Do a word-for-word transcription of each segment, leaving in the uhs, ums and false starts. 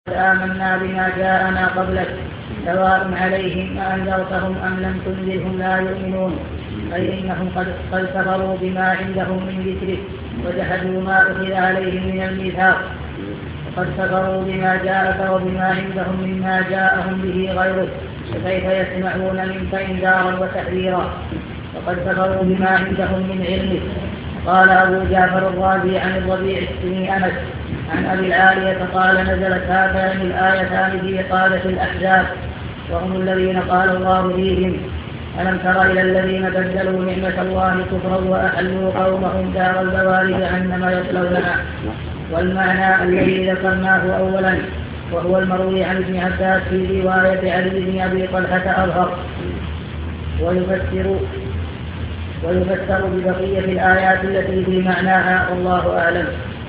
آمنا بما جاءنا قبلك سواء عليهم أأنذرتهم أم لم تنذرهم لا يؤمنون أي إنهم قد كفروا بما عندهم من ذكره وجحدوا ما أخذ عليهم من الميثاق وقد كفروا بما جاءك وبما عندهم مما جاءهم به غيره فكيف يسمعون منك إنذارا وتحذيرا وقد كفروا بما عندهم من علمه. قال أبو جعفر الرازي عن الربيع بن أنس عن أبي العالية قال نزلت هاتان الآيتان في قادة الأحزاب وهم الذين قال الله فيهم ألم تر إلى الذين بدلوا نعمة الله كفرا وأحلوا قومهم دار البوار جهنم يصلونها. والمعنى الذي ذكرناه أولا وهو المروي عن ابن عباس في رواية علي بن أبي طلحة أظهر ويفسر ويفسر ببقية الآيات التي في معناها والله أعلم.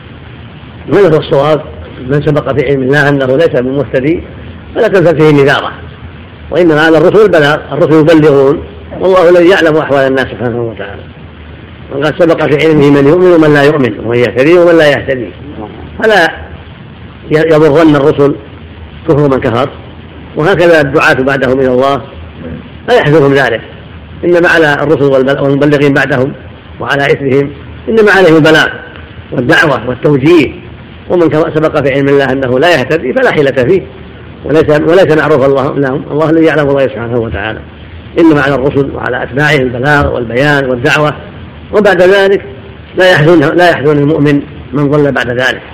هذا الصواب من سبق في علم الله أنه ليس بمهتدي فلا تنزل فيه نذارة، وإنما على الرسل البلاغ، الرسل يبلغون والله الذي يعلم أحوال الناس سبحانه وتعالى، وقد سبق في علمه من يؤمن ومن لا يؤمن ومن يهتدي ومن لا يهتدي، فلا يضرن الرسل كفر من كفر، وهكذا الدعاة بعدهم إلى الله لا يحذرهم ذلك، إنما على الرسل والمبلغين بعدهم وعلى إثرهم إنما عليهم البلاغ والدعوة والتوجيه، ومن سبق في علم الله أنه لا يهتدي فلا حيلة فيه وليس, وليس معروف الله لهم، الله الذي يعلم الله سبحانه وتعالى، إنما على الرسل وعلى أتباعهم البلاغ والبيان والدعوة، وبعد ذلك لا يحزن, لا يحزن المؤمن من ضل بعد ذلك،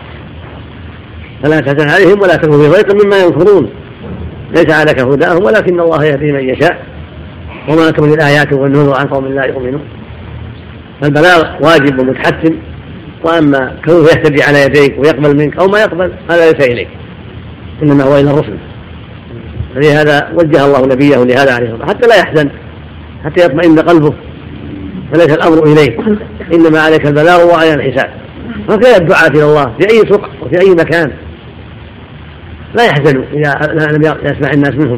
فلا تحزن عليهم ولا تكن في ضيق مما ينكرون، ليس عليك هداهم ولكن الله يهدي من يشاء وما تغني الآيات والنذر عن قوم لا يؤمنون. فالبلاغ واجب ومتحتم، وأما كونه يهتدي على يديك ويقبل منك أو ما يقبل هذا ليس إليك، إنما هو إلى الرسل، فلهذا وجه الله نبيه لهذا عليه الصلاة حتى لا يحزن، حتى يطمئن قلبه، فليس الأمر إليك، إنما عليك البلاغ وعلى الحساب. فكذا الدعاء إلى الله في أي سوق وفي أي مكان لا يحزنوا إذا لم يسمع الناس منهم،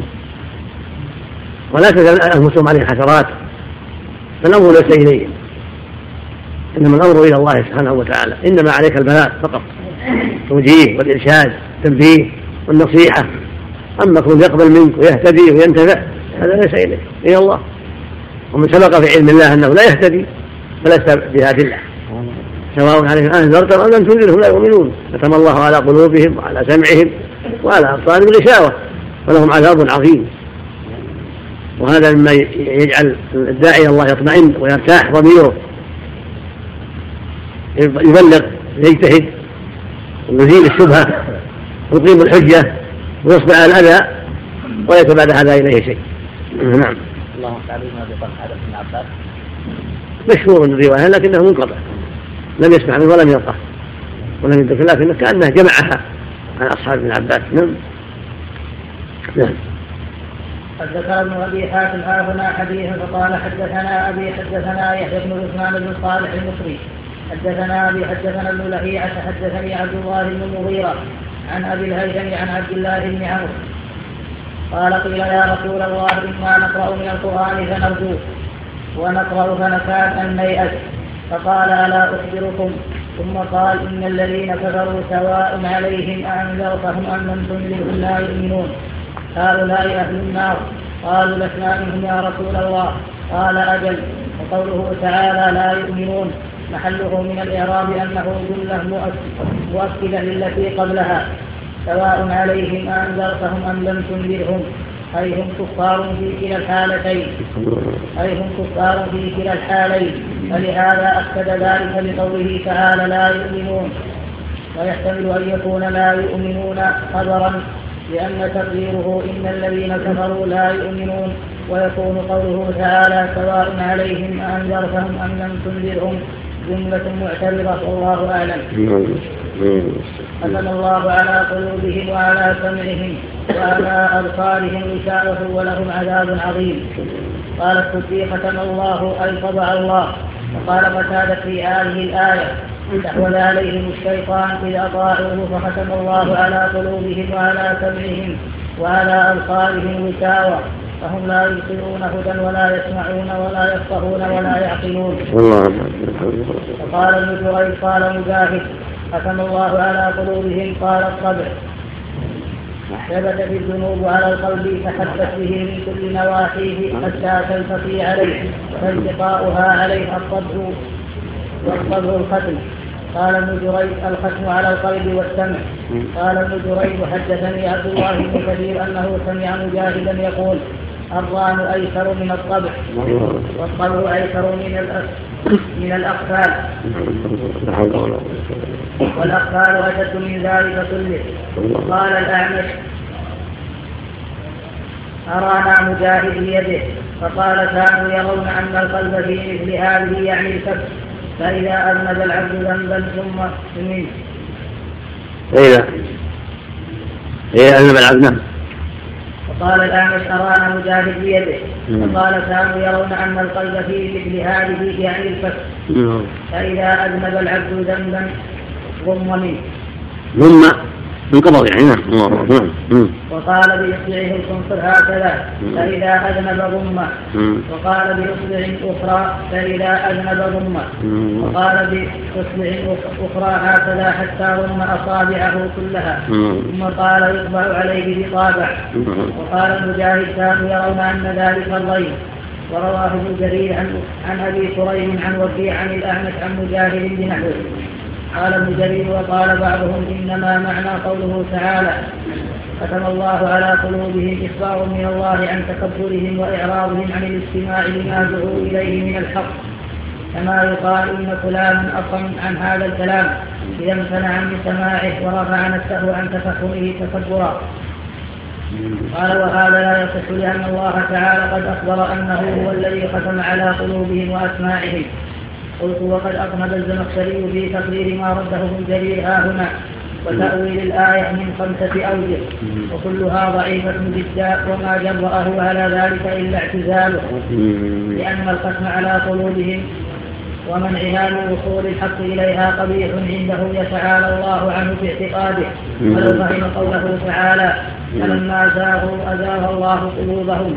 ولا تزال أنفسهم عليه حسرات، فالأمر ليس إليهم، إنما الأمر إلى الله سبحانه وتعالى، إنما عليك البلاغ فقط، التوجيه والإرشاد والتنبيه والنصيحة، أما كون يقبل منك ويهتدي وينتفع هذا ليس إليه، إلى الله. ومن سبق في علم الله أنه لا يهتدي فليس بهاد الله، سواء عليهم أنذرتهم أم لم تنذرهم لا يؤمنون، ختم الله على قلوبهم وعلى سمعهم وعلى أبصارهم غشاوة ولهم عذاب عظيم. وهذا مما يجعل الداعي الله يطمئن ويرتاح ضميره، يبلغ ويجتهد ويزيل الشبهة ويقيم الحجة ويصبر على الأذى وليس بعد هذا إليه شيء. نعم. اللهم تعلمنا بقول ابن عباس مشهور من الرواية لكنه منقطع، لم يسمع منه ولم يلقه ولم يدرك، لكن كأنه جمعها عن أصحاب ابن عباس. نعم. نعم. قد ذكر ابن أبي حاتم هنا حديثا فقال حدثنا أبي حدثنا يحيى بن عثمان بن صالح المصري حدثنا أبي حدثنا ابن لهيعة حدثني عبد الله بن المغيرة عن أبي الهيثم عن عبد الله بن عمرو قال قيل يا رسول الله إنا نقرأ من القرآن فنرجوه ونقرأ فنكاد أن نيأس، فقال ألا أخبركم؟ ثم قال إن الذين كفروا سواء عليهم أأنذرتهم أم لم تنذرهم لا يؤمنون، هؤلاء أهل النار. قالوا لسنا منهم يا رسول الله، قال أجل. وقوله تعالى لا يؤمنون محله من الإعراب أنه جملة مؤكدة للتي قبلها، سواء عليهم أأنذرتهم أم لم تنذرهم، أي هم كفار في كلا الحالتين أي هم كفار في كلا الحالين، فلهذا أكد ذلك بقوله تعالى لا يؤمنون، ويحتمل أن يكون لا يؤمنون خبرا لأن تقديره إن الذين كفروا لا يؤمنون، ويكون قوله تعالى سواء عليهم أأنذرتهم أم لم تنذرهم جملة معترضة والله أعلم. ختم الله على قلوبهم وعلى سمعهم وعلى أبصارهم غشاوة ولهم عذاب عظيم. قال السدي ختم الله أي طبع الله. وقال قتادة في هذه الآية استحوذ عليهم الشيطان إذ أطاعوه فختم الله على قلوبهم وعلى سمعهم وعلى أبصارهم غشاوة فهم لا يبصرون هدى ولا يسمعون ولا يفقهون ولا يعقلون. وقال ابن جريج قال مجاهد ختم الله على قلوبهم قال الطبع. ثبت الذنوب على القلب فحبت به من كل نواحيه حتى تلتقي عليه فالتقاؤها عليه الطبع والطبع الختم. قال ابن جريج الختم على القلب والسمع. قال ابن جريج حدثني عبد الله بن كثير انه سمع مجاهدا يقول الران ايسر من الطبع والطبع ايسر من من الاقفال والاقفال اشد من ذلك كله. قال الاعمش ارانا مجاهد بيده فقال كانوا يرون ان القلب في مثل هذه يعني الكف فإذا أذنب العبد ذنبا ثم منه. إذا إذا أذنب العبد نعم. وقال الأعمش أرانا مجاهد بيده فقال كانوا يرون أن القلب في مثل هذه يعني الكف فإذا أذنب العبد ذنبا ضم منه. ضم انقبض يعني نعم. وقال بإصبعه الخنصر هكذا فإذا أذنب ضمه. وقال بإصبع أخرى فإذا أذنب ضمه. وقال بإصبع أخرى هكذا حتى ضم أصابعه كلها. ثم قال يطبع عليه بطابع. وقال المجاهد كانوا يرون أن ذلك الضيف. ورواه ابن جرير عن أبي كريم عن وكيع عن الأعمش عن مجاهد بنحوه. قال ابن جرير وقال بعضهم إنما معنى قوله تعالى ختم الله على قلوبهم إخبار من الله عن تكبرهم وإعراضهم عن الاستماع لما دعوا إليه من الحق كما يقال إن فلان أصم عن هذا الكلام إذا امتنع من سماعه ورفع نفسه عن تفهمه تكبرا. قال وهذا لا يصح لأن الله تعالى قد أخبر أنه هو الذي ختم على قلوبهم وأسماعهم. قلت وقد أقمد الزمخشري في تقرير ما رده ابن جرير ها هنا وتأويل الآية من خمسة أوجه وكلها ضعيفة جدا وما جرأه على ذلك إلا اعتزاله لأن الختم على قلوبهم ومنعها من وصول الحق إليها قبيح عنده يتعالى الله عنه في اعتقاده. ولو فهم قوله تعالى فلما زاغوا أزاغ الله قلوبهم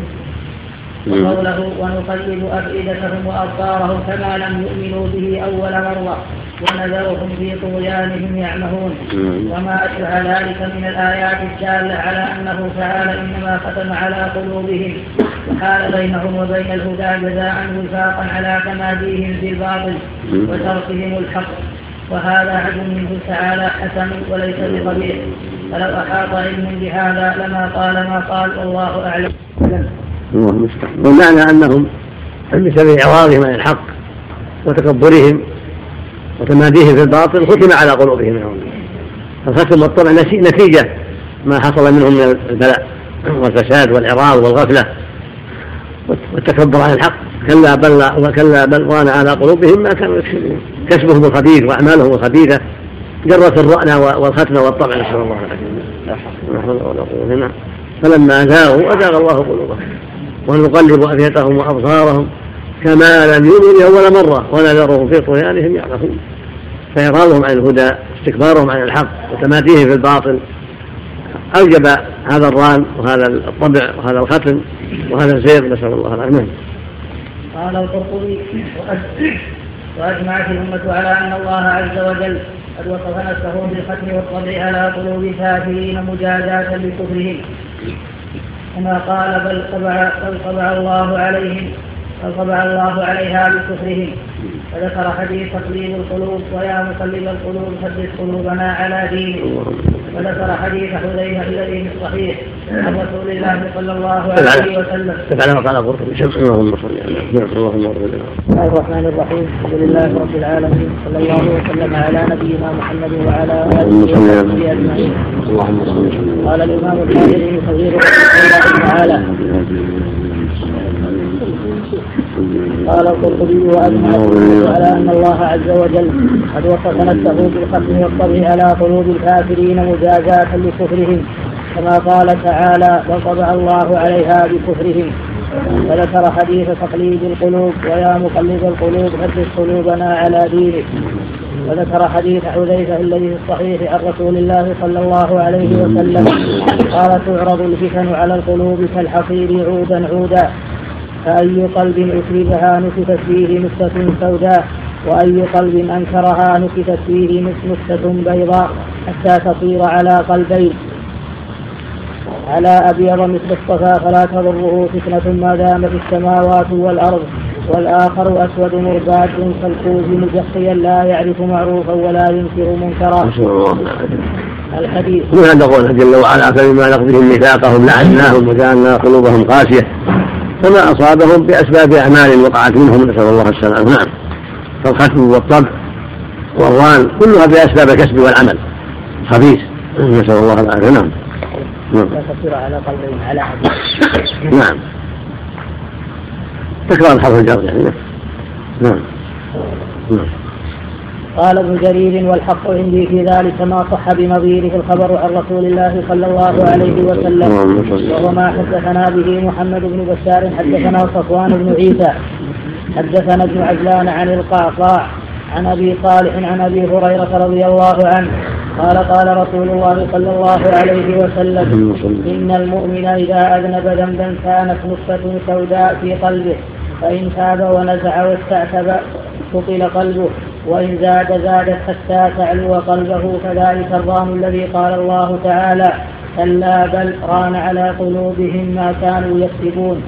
وقوله ونقلب أفئدتهم وأبصارهم كما لم يؤمنوا به أول مرة ونذرهم في طغيانهم يعمهون وما أشبه ذلك من الآيات الدالة على أنه تعالى إنما ختم على قلوبهم وحال بينهم وبين الهدى جزاء وفاقا على تماديهم في الباطل وتركهم الحق. وهذا عدل منه تعالى حسن وليس بقبيح فلو أحاط علم بهذا لما قال ما قال والله أعلم. والمعنى أنهم بسبب إعراضهم عن الحق وتكبرهم وتماديهم في الباطل ختم على قلوبهم منهم. فالختم والطبع نتيجة ما حصل منهم من البلاء والفساد والإعراض والغفلة والتكبر عن الحق. كلا بل وكلا بل وان على قلوبهم ما كانوا يكسبون. كسبهم الخبيث وأعمالهم الخبيثة جرت الرأن والختم والطبع نسأل الله العافية. فلما زاغوا أزاغ الله قلوبهم ونقلب أفئدتهم وأبصارهم كما لم يؤمنوا أول مرة ونذرهم في طغيانهم يعمهون. فإعراضهم عن الهدى استكبارهم عن الحق وتماديهم في الباطل أوجب هذا الران وهذا الطبع وهذا الختم وهذا الزيغ نسأل الله العافية. قال القرطبي وأجمعت الأمة على أن الله عز وجل قد وصف نفسه بالختم والطبع على قلوب الكافرين مجازاة لكفرهم كما قال بل طبع, بل طبع الله عليهم بل طبع الله عليها بكفرهم. فذكر حديث تقليب القلوب ويا مقلب القلوب ثبت قلوبنا على دينك. وذكر حديث حذيفة الذي في الصحيح عن رسول الله صلى الله عليه وسلم. تفعل ما قال القرطبي اللهم صل على اللهم صل على الرحمن الرحيم. الحمد لله رب العالمين صلى الله وسلم على نبينا محمد وعلى آله وصحبه أجمعين. اللهم صل. قال الإمام الحافظ ابن كثير رحمه الله تعالى قال القرطبي وأجمع على أن الله عز وجل قد وصف نفسه بالختم والطبع على قلوب الكافرين مجازاة لكفرهم كما قال تعالى وطبع الله عليها بكفرهم. فذكر حديث تقليد القلوب ويا مقلب القلوب ثبت قلوبنا على دينك. وذكر حديث حذيفة الذي في الصحيح عن رسول الله صلى الله عليه وسلم قال تعرض الفتن على القلوب كالحصير عودا عودا فأي قلب أشربها نكتت فيه نكتة سوداء وأي قلب أنكرها نكتت فيه نكتة بيضاء حتى تصير على قلبين. على أبيض مثل الصفا فلا تضره فتنة ما دام في السماوات والأرض، والآخر أسود مرباد كالكوز مجخيا لا يعرف معروفا ولا ينكر منكرا. الحديث. وهذا قوله جل وعلا فبما نقضهم ميثاقهم لعناهم وجعلنا قلوبهم قاسية فما أصابهم بأسباب أعمال وقعت منهم نسأل الله السلامة. نعم. فالختم والطبع والران كلها بأسباب الكسب والعمل خبيث نسأل الله العافية. نعم. لا تصير على قلبهم على حديث. نعم. تكرار الحرف الجر يعني. نعم. نعم. قال ابن جرير والحق عندي في ذلك ما صح بنظيره الخبر عن رسول الله صلى الله عليه وسلم، وهو ما حدثنا به محمد بن بشار حدثنا صفوان بن عيسى حدثنا ابن عجلان عن القعقاع عن أبي صالح عن أبي هريرة رضي الله عنه قال قال رسول الله صلى الله عليه وسلم إن المؤمن إذا أذنب ذنبا كانت نقطة سوداء في قلبه فإن تاب ونزع واستعتب ثقل قلبه وإن زاد زادت حتى تعلو قلبه فذلك الران الذي قال الله تعالى كلا بل ران على قلوبهم ما كانوا يكسبون.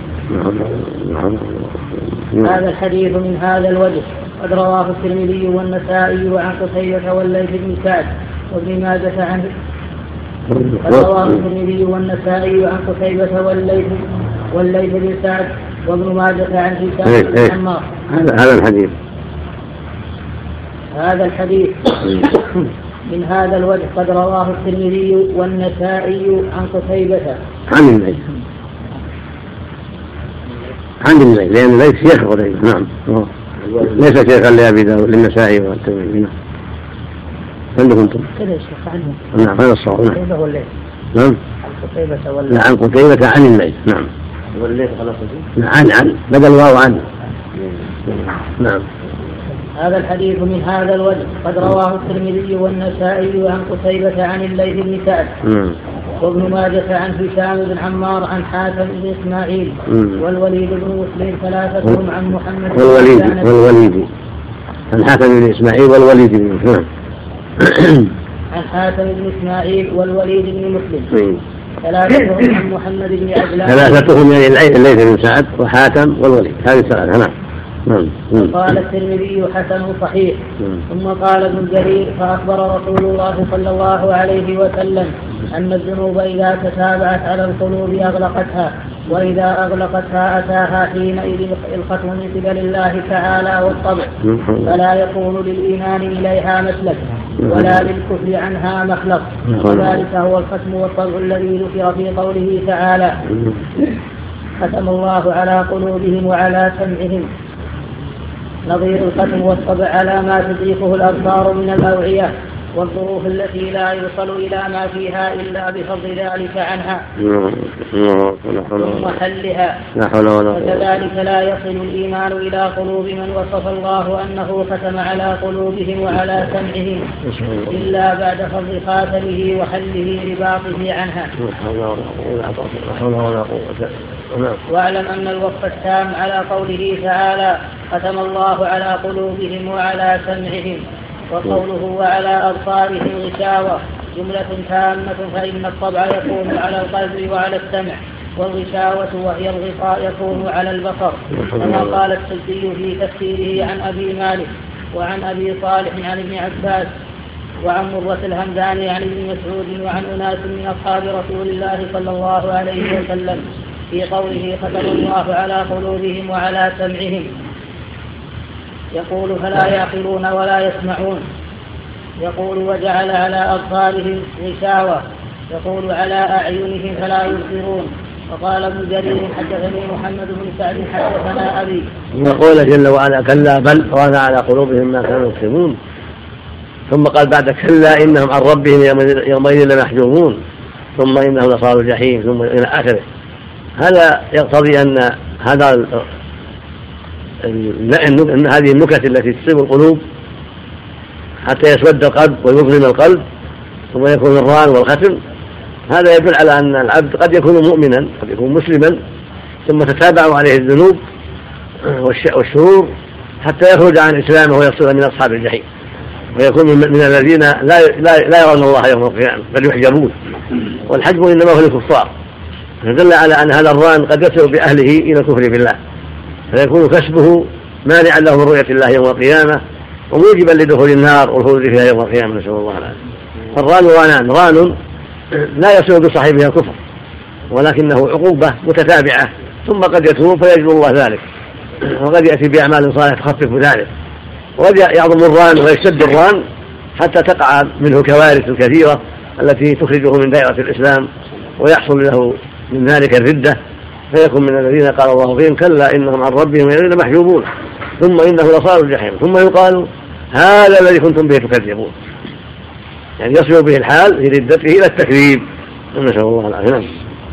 هذا الحديث من هذا الوجه قد رواه الترمذي والنسائي عن قتيبة والليث بن سعد وابن ماجه عنه قد رواه الترمذي والنسائي عن قتيبة والليث والليث بن سعد وابن ماجه عن هشام بن عمار. هذا الحديث هذا الحديث من هذا الوجه قد رواه الترمذي والنسائي عن قتيبة عن الليث عن الليث لأن الليث شيخ قتيبة. نعم. ليس شيخا لأبي داود للنسائي والترمذي. عندكم انتم كذا يا شيخ عنهم. نعم هذا الصواب. قتيبة والليث. نعم. عن قتيبة والليث. عن قتيبة عن الليث. نعم. والليث خلاص. عن عن بدل واو عن. نعم. هذا الحديث من هذا الوجه قد رواه الترمذي والنسائي عن قتيبة عن الليث بن سعد وابن ماجه عن هشام بن عمار عن حاتم بن إسماعيل والوليد بن مسلم ثلاثتهم عن محمد والوليد والوليد عن حاتم بن إسماعيل والوليد بن مسلم عن حاتم بن إسماعيل والوليد بن مسلم ثلاثتهم عن محمد بن عجلان ثلاثتهم يعني الليث بن سعد وحاتم والوليد هذه الثلاثة. نعم. قال الترمذي حسن صحيح. ثم قال ابن جرير فأخبر رسول الله صلى الله عليه وسلم أن الذنوب إذا تتابعت على القلوب أغلقتها وإذا أغلقتها أتاها حينئذ الختم من قبل الله تعالى والطبع فلا يكون للإيمان إليها مسلك ولا للكفر عنها مخلص وذلك هو الختم والطبع الذي ذكر في قوله تعالى ختم الله على قلوبهم وعلى سمعهم نظير الختم والطبع على ما تدركه الأبصار من الأوعية والظروف التي لا يوصل إلى ما فيها إلا بفضل ذلك عنها ومحلها وكذلك لا يصل الإيمان إلى قلوب من وصف الله أنه ختم على قلوبهم وعلى سمعهم إلا بعد فضل خاتمه وحله رباطه عنها. واعلم أن الوصف التام على قوله تعالى ختم الله على قلوبهم وعلى سمعهم وقوله وعلى أبصارهم غشاوة جملة تامة فإن الطبع يكون على القلب وعلى السمع والغشاوة وهي الغطاء يكون على البصر كما قال السدي في تفسيره عن أبي مالك وعن أبي صالح عن ابن عباس وعن مرة الهمداني عن ابن مسعود وعن أناس من أصحاب رسول الله صلى الله عليه وسلم في قوله ختم الله على قلوبهم وعلى سمعهم يقول فلا يعقلون ولا يسمعون يقول وجعل على أبصارهم غشاوة يقول على أعينهم فلا يبصرون. وقال ابن جرير حدثني محمد بن سعد حدثنا أبي يقول جل وعلا كلا بل ران على قلوبهم ما كانوا يكسبون ثم قال بعد كلا إنهم عن ربهم يومئذ لمحجوبون ثم إنهم لصالوا الجحيم ثم إلى آخره. هذا يقتضي أن هذا أن هذه النكت التي تصيب القلوب حتى يسود القلب ويظلم القلب ثم يكون الران والختم هذا يدل على أن العبد قد يكون مؤمنا قد يكون مسلما ثم تتابع عليه الذنوب والشرور حتى يخرج عن إسلامه ويصير من أصحاب الجحيم. ويكون من الذين لا لا, لا يرون الله يوم القيامة بل يحجبون، والحجب إنما هو للكفار، فدل على أن هذا الران قد يصل بأهله إلى الكفر بالله، فيكون كسبه مانعا له من رؤية الله يوم القيامة وموجبا لدخول النار والخلود فيها يوم القيامة، نسأل الله العافية. فالران رانان، ران لا يصل بصاحبها كفر ولكنه عقوبة متتابعة ثم قد يتوب فيجد الله ذلك، وقد يأتي بأعمال صالحة تخفف ذلك، وقد يعظم الران ويشتد الران حتى تقع منه كوارث كثيرة التي تخرجه من دائرة الإسلام ويحصل له من ذلك الردة، فيكون من الذين قال الله فيهم كلا إنهم عن ربهم يومئذ محجوبون ثم إنه لصال الجحيم ثم يقال هذا الذي كنتم به تكذبون، يعني يصل به الحال في ردته إلى التكذيب، نسأل الله العافية.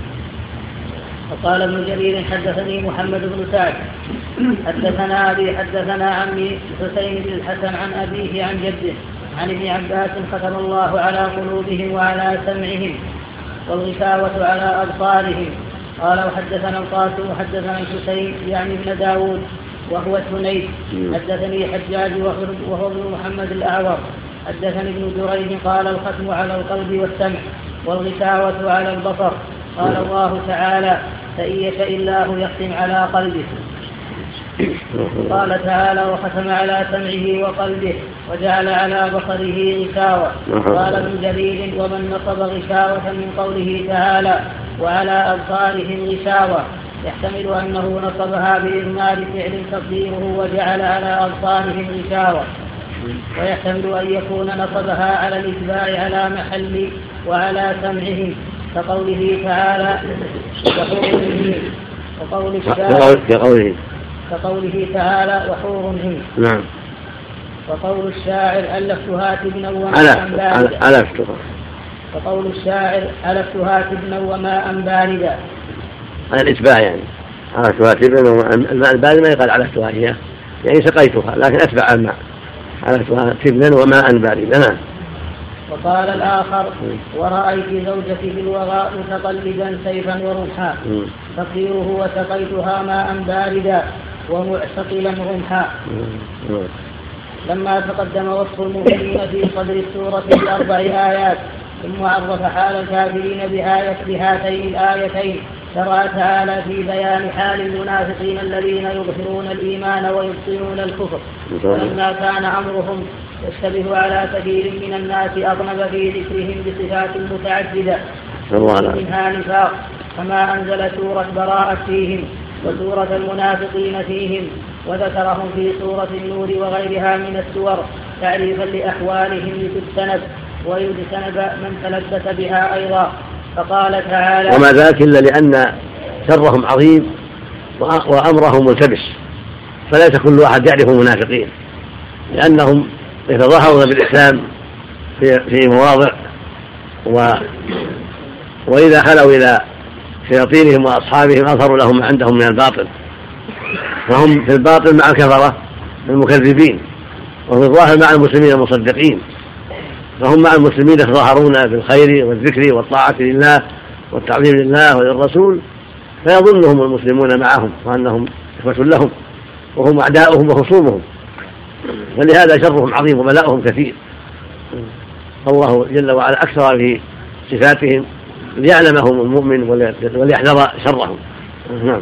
وقال ابن جرير حدثني محمد بن سعد حدثنا أبي حدثنا عمي حسين بن الحسن عن أبيه عن جده عن ابن عباس ختم الله على قلوبهم وعلى سمعهم والغشاوة على أبصارهم. قال وحدثنا القاسم وحدثنا الحسين يعني ابن داود وهو الثنيد حدثني حجاج وهو ابن محمد الأعور حدثني ابن جريج قال الختم على القلب والسمع والغشاوة على البصر. قال الله تعالى فإن يشاء الله يختم على قلبه. قال تعالى وختم على سمعه وقلبه وجعل على بصره غشاوة. قال ابن جرير ومن نصب غشاوة من قوله تعالى وعلى أبصارهم غشاوة يحتمل أنه نصبها بإضمار فعل تقديره وجعل على أبصارهم غشاوة، ويحتمل أن يكون نصبها على الإتباع على محل وعلى سمعهم كقوله تعالى وقول الشاعر كقوله تعالى وحور عين. نعم. وقول الشاعر ألفتها تبنا وماء باردا. وقول الشاعر ألفتها تبنا وماء باردا. هذا الإتباع يعني ألفتها تبنا وماء الماء البارد ما يقال ألفتها هي يعني سقيتها لكن أتبع الماء ألفتها تبنا وماء باردا. نعم. وقال الآخر ورأيت زوجتي في الوغاء متقلبا سيفا ورمحا تطيره وسقيتها ماء باردا ومعتقلا رمحا. لما تقدم وصف المؤمنين في صدر السورة بأربع آيات ثم عرف حال الكافرين بآية بهاتين الآيتين شرع تعالى في بيان حال المنافقين الذين يظهرون الإيمان ويبطنون الكفر، ولما كان أمرهم يشتبه على كثير من الناس أغلب في ذكرهم بصفات متعددة منها نفاق، فما أنزل سورة براءة فيهم وسورة المنافقين فيهم وذكرهم في سورة النور وغيرها من السور تعريفا لأحوالهم لتجتنب ويجتنب من تلبس بها أيضا. فقال تعالى وما ذاك إلا لأن شرهم عظيم وأمرهم ملتبس، فليس كل واحد يعرف المنافقين لأنهم يتظاهرون بالإسلام في, في مواضع و... وإذا خلوا إلى شياطينهم وأصحابهم أظهروا لهم ما عندهم من الباطل، فهم في الباطل مع الكفرة المكذبين وفي الظاهر مع المسلمين المصدقين، فهم مع المسلمين يتظاهرون بالخير والذكر والطاعة لله والتعظيم لله وللرسول، فيظنهم المسلمون معهم وأنهم إخوة لهم وهم أعداؤهم وخصومهم، فلهذا شرهم عظيم وبلاؤهم كثير. الله جل وعلا أكثر في صفاتهم ليعلمهم المؤمن وليحذر شرهم. نعم.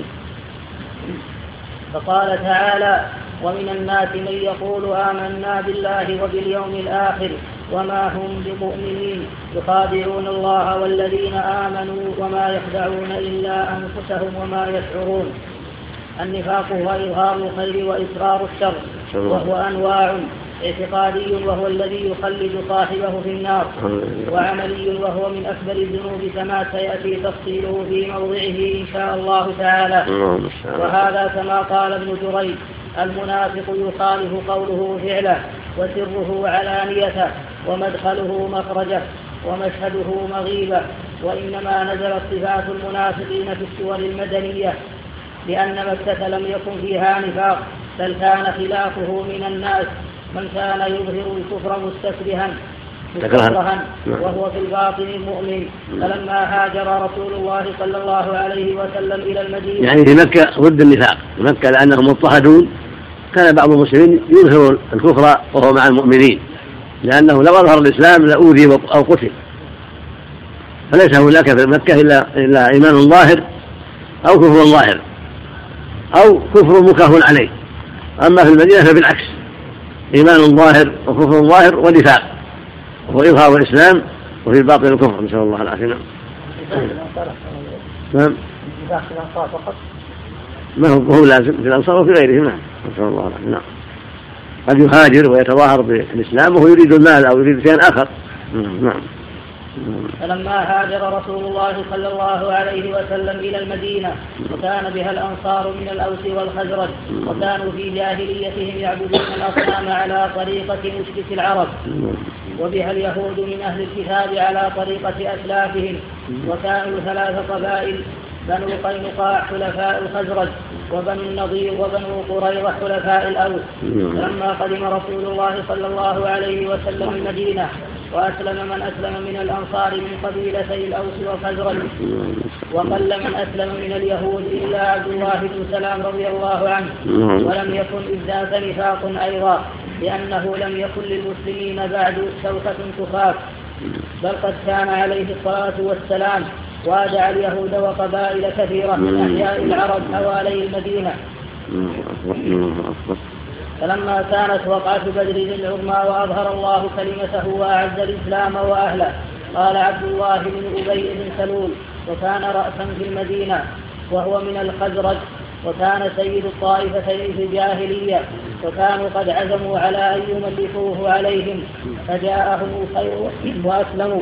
فقال تعالى ومن الناس من يقول آمنا بالله وباليوم الآخر وما هم بمؤمنين يخادعون الله والذين آمنوا وما يخدعون إلا أنفسهم وما يشعرون. النفاق هو إظهار الخير وإسرار الشر، وهو أنواع: اعتقادي وهو الذي يخلد صاحبه في النار، وعملي وهو من أكبر الذنوب كما سيأتي تفصيله في موضعه إن شاء الله تعالى. وهذا كما قال ابن جريج المنافق يخالف قوله فعله وسره علانيته ومدخله مخرجه ومشهده مغيبه. وإنما نزلت صفات المنافقين في السور المدنية لأن مكة لم يكن فيها نفاق، بل كان خلافه من الناس من كان يظهر الكفر مستكرها مستكرها وهو في الباطن المؤمن. فلما هاجر رسول الله صلى الله عليه وسلم إلى المدينة يعني في مكة ضد النفاق، في مكة لأنهم مضطهدون كان بعض المسلمين يظهر الكفر وهو مع المؤمنين، لأنه لو أظهر الإسلام لأوذي أو قتل، فليس هناك في مكة إلا, إلا إيمان ظاهر أو كفر ظاهر أو كفر مكره عليه. أما في المدينة فبالعكس، إيمان ظاهر وكفر ظاهر ونفاق، وهو إظهار الإسلام وفي الباطن الكفر، نسأل الله العافية. نعم. ما هو هو لازم في الأنصار وفي غيرهم. نعم، نسأل الله العافية. نعم. قد يهاجر ويتظاهر بالإسلام وهو يريد المال أو يريد شيئا آخر. نعم. فلما هاجر رسول الله صلى الله عليه وسلم إلى المدينة وكان بها الأنصار من الأوس والخزرج، وكانوا في جاهليتهم يعبدون الأصنام على طريقة مشرك العرب، وبها اليهود من أهل الكتاب على طريقة أسلافهم، وكانوا ثلاث قبائل: بنو قينقاع حلفاء الخزرج، وبنو النضير وبنو قريظة حلفاء الأوس. فلما قدم رسول الله صلى الله عليه وسلم المدينة وأسلم من أسلم من الأنصار من قبيلتي الأوس والخزرج، وقل من أسلم من اليهود إلا عبد الله بن سلام رضي الله عنه، ولم يكن إذ ذاك نفاق أيضا، لأنه لم يكن للمسلمين بعد شوكة تخاف، بل قد كان عليه الصلاة والسلام وادع اليهود وقبائل كثيرة من أحياء العرب حوالي المدينة. فلما كانت وقعة بدر العظمى وأظهر الله كلمته وأعز الإسلام وأهله، قال عبد الله بن أبي بن سلول، وكان رأسا في المدينة وهو من الخزرج، وكان سيد الطائفتين في الجاهلية، وكانوا قد عزموا على أن يملكوه عليهم، فجاءهم الخير وأسلموا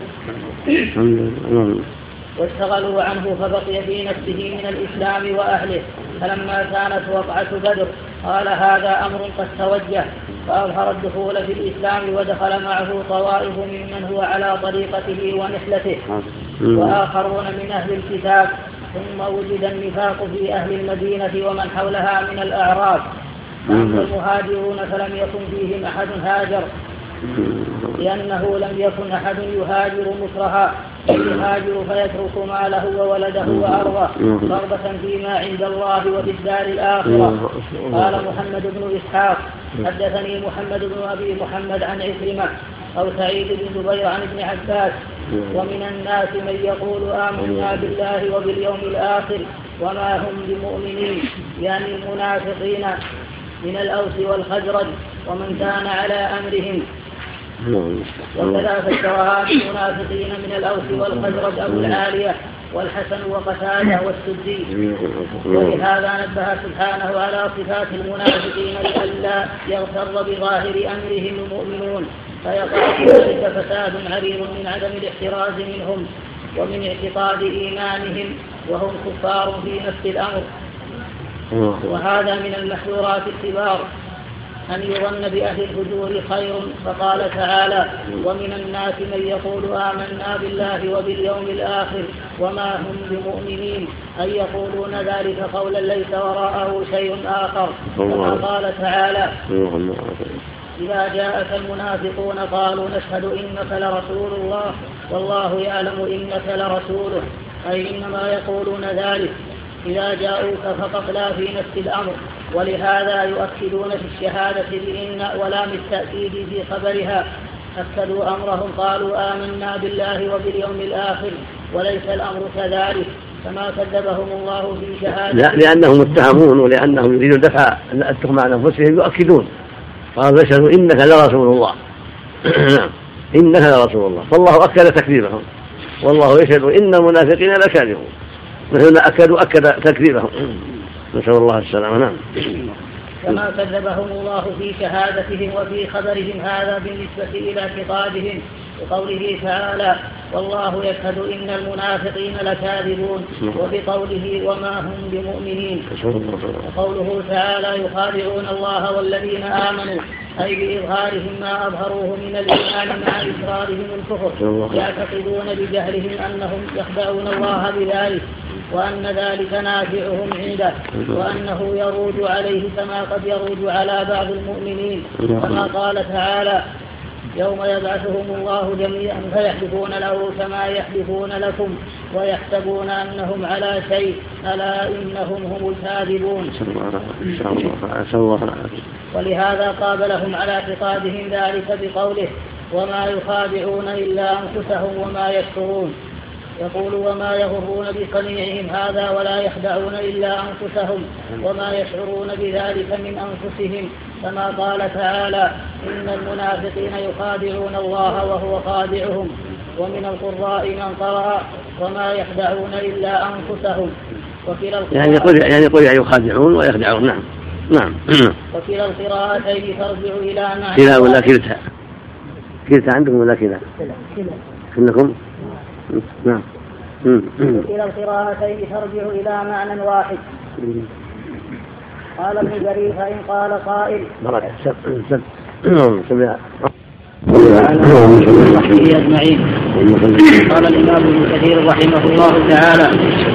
واشتغلوا عنه، فبقي في نفسه من الإسلام وأهله. فلما كانت وقعة بدر قال: هذا أمر قد توجه، فأظهر الدخول في الإسلام، ودخل معه طوائف ممن هو على طريقته ونحلته وآخرون من أهل الكتاب. ثم وجد النفاق في أهل المدينة ومن حولها من الأعراب، فأما المهاجرون فلم يكن فيهم أحد هاجر، لأنه لم يكن أحد يهاجر مكرها، يهاجر فيترك ماله وولده وأرضه رغبة فيما عند الله وفي الدار الآخرة. قال محمد بن إسحاق: حدثني محمد بن أبي محمد عن عكرمة أو سعيد بن جبير عن ابن عباس: ومن الناس من يقول آمنا بالله وباليوم الآخر وما هم بمؤمنين، يعني المنافقين من الأوس والخزرج ومن كان على أمرهم. وكذا فسرها المنافقين من الأوس والخزرج أبو العالية والحسن وقتادة والسدي. ولهذا نبه سبحانه على صفات المنافقين لئلا يغتر بظاهر أمرهم المؤمنون فيقع في ذلك فساد عريض من عدم الاحتراز منهم ومن اعتقاد إيمانهم وهم كفار في نفس الأمر. وهذا من المحذورات الكبار أن يظن بأهل الفجور خير، فقال تعالى: ومن الناس من يقول آمنا بالله وباليوم الآخر وما هم بمؤمنين، أي يقولون ذلك قولا ليس وراءه شيء آخر، كما قال تعالى: إذا جاءك المنافقون قالوا نشهد إنك لرسول الله والله يعلم إنك لرسوله، أي إنما يقولون ذلك إذا جاءوك فقط لا في نفس الأمر. ولهذا يؤكدون في الشهادة بإن ولام التأكيد في خبرها، أكدوا أمرهم قالوا آمنا بالله وباليوم الآخر، وليس الأمر كذلك كما كذبهم الله في شهادة. لا، لأنهم متهمون ولأنهم يريدون دفع التهم عن أنفسهم يؤكدون، قالوا يشهدوا إنك لرسول الله إنك لرسول الله، فالله أكد تكذيبهم، والله يشهد إن المنافقين لكاذبون، مثل أكدوا أكد تكذيبهم، نسأل الله السلامة. نعم. كما كذبهم الله في شهادتهم وفي خبرهم هذا بالنسبة إلى اعتقادهم، بقوله تعالى: والله يشهد إن المنافقين لكاذبون، وبقوله وما هم بمؤمنين، وقوله تعالى: يخادعون الله والذين آمنوا، أي بإظهارهم ما أظهروه من الإيمان مع إصرارهم الكفر، يعتقدون بجهلهم أنهم يخدعون الله بذلك، وأن ذلك نافعهم عنده، وأنه يروج عليه كما قد يروج على بعض المؤمنين، كما قال تعالى: يوم يبعثهم الله جميعا فيحلفون له كما يحلفون لكم ويحسبون أنهم على شيء ألا إنهم هم الكاذبون. ولهذا قابلهم على اعتقادهم ذلك بقوله: وما يخادعون إلا أنفسهم وما يشعرون. يقول وما يغرون بصنيعهم هذا ولا يخدعون إلا أنفسهم وما يشعرون بذلك من أنفسهم، كما قال تعالى إن المنافقين يخادعون الله وهو خادعهم. ومن القراء من قرأ وما يخدعون إلا أنفسهم. وكلا يعني يقول يعني يقول يخادعون ويخدعون. نعم نعم. وكلا القراءتين ترجع إلى معنى كلا ولا كلتا؟ كلتا عندكم ولا كلا؟ كلا عندكم؟ نعم. كلا القراءتين ترجع إلى معنى واحد. قال ابن جرير فإن قال قائل أجمعين. قال الإمام ابن كثير رحمه الله تعالى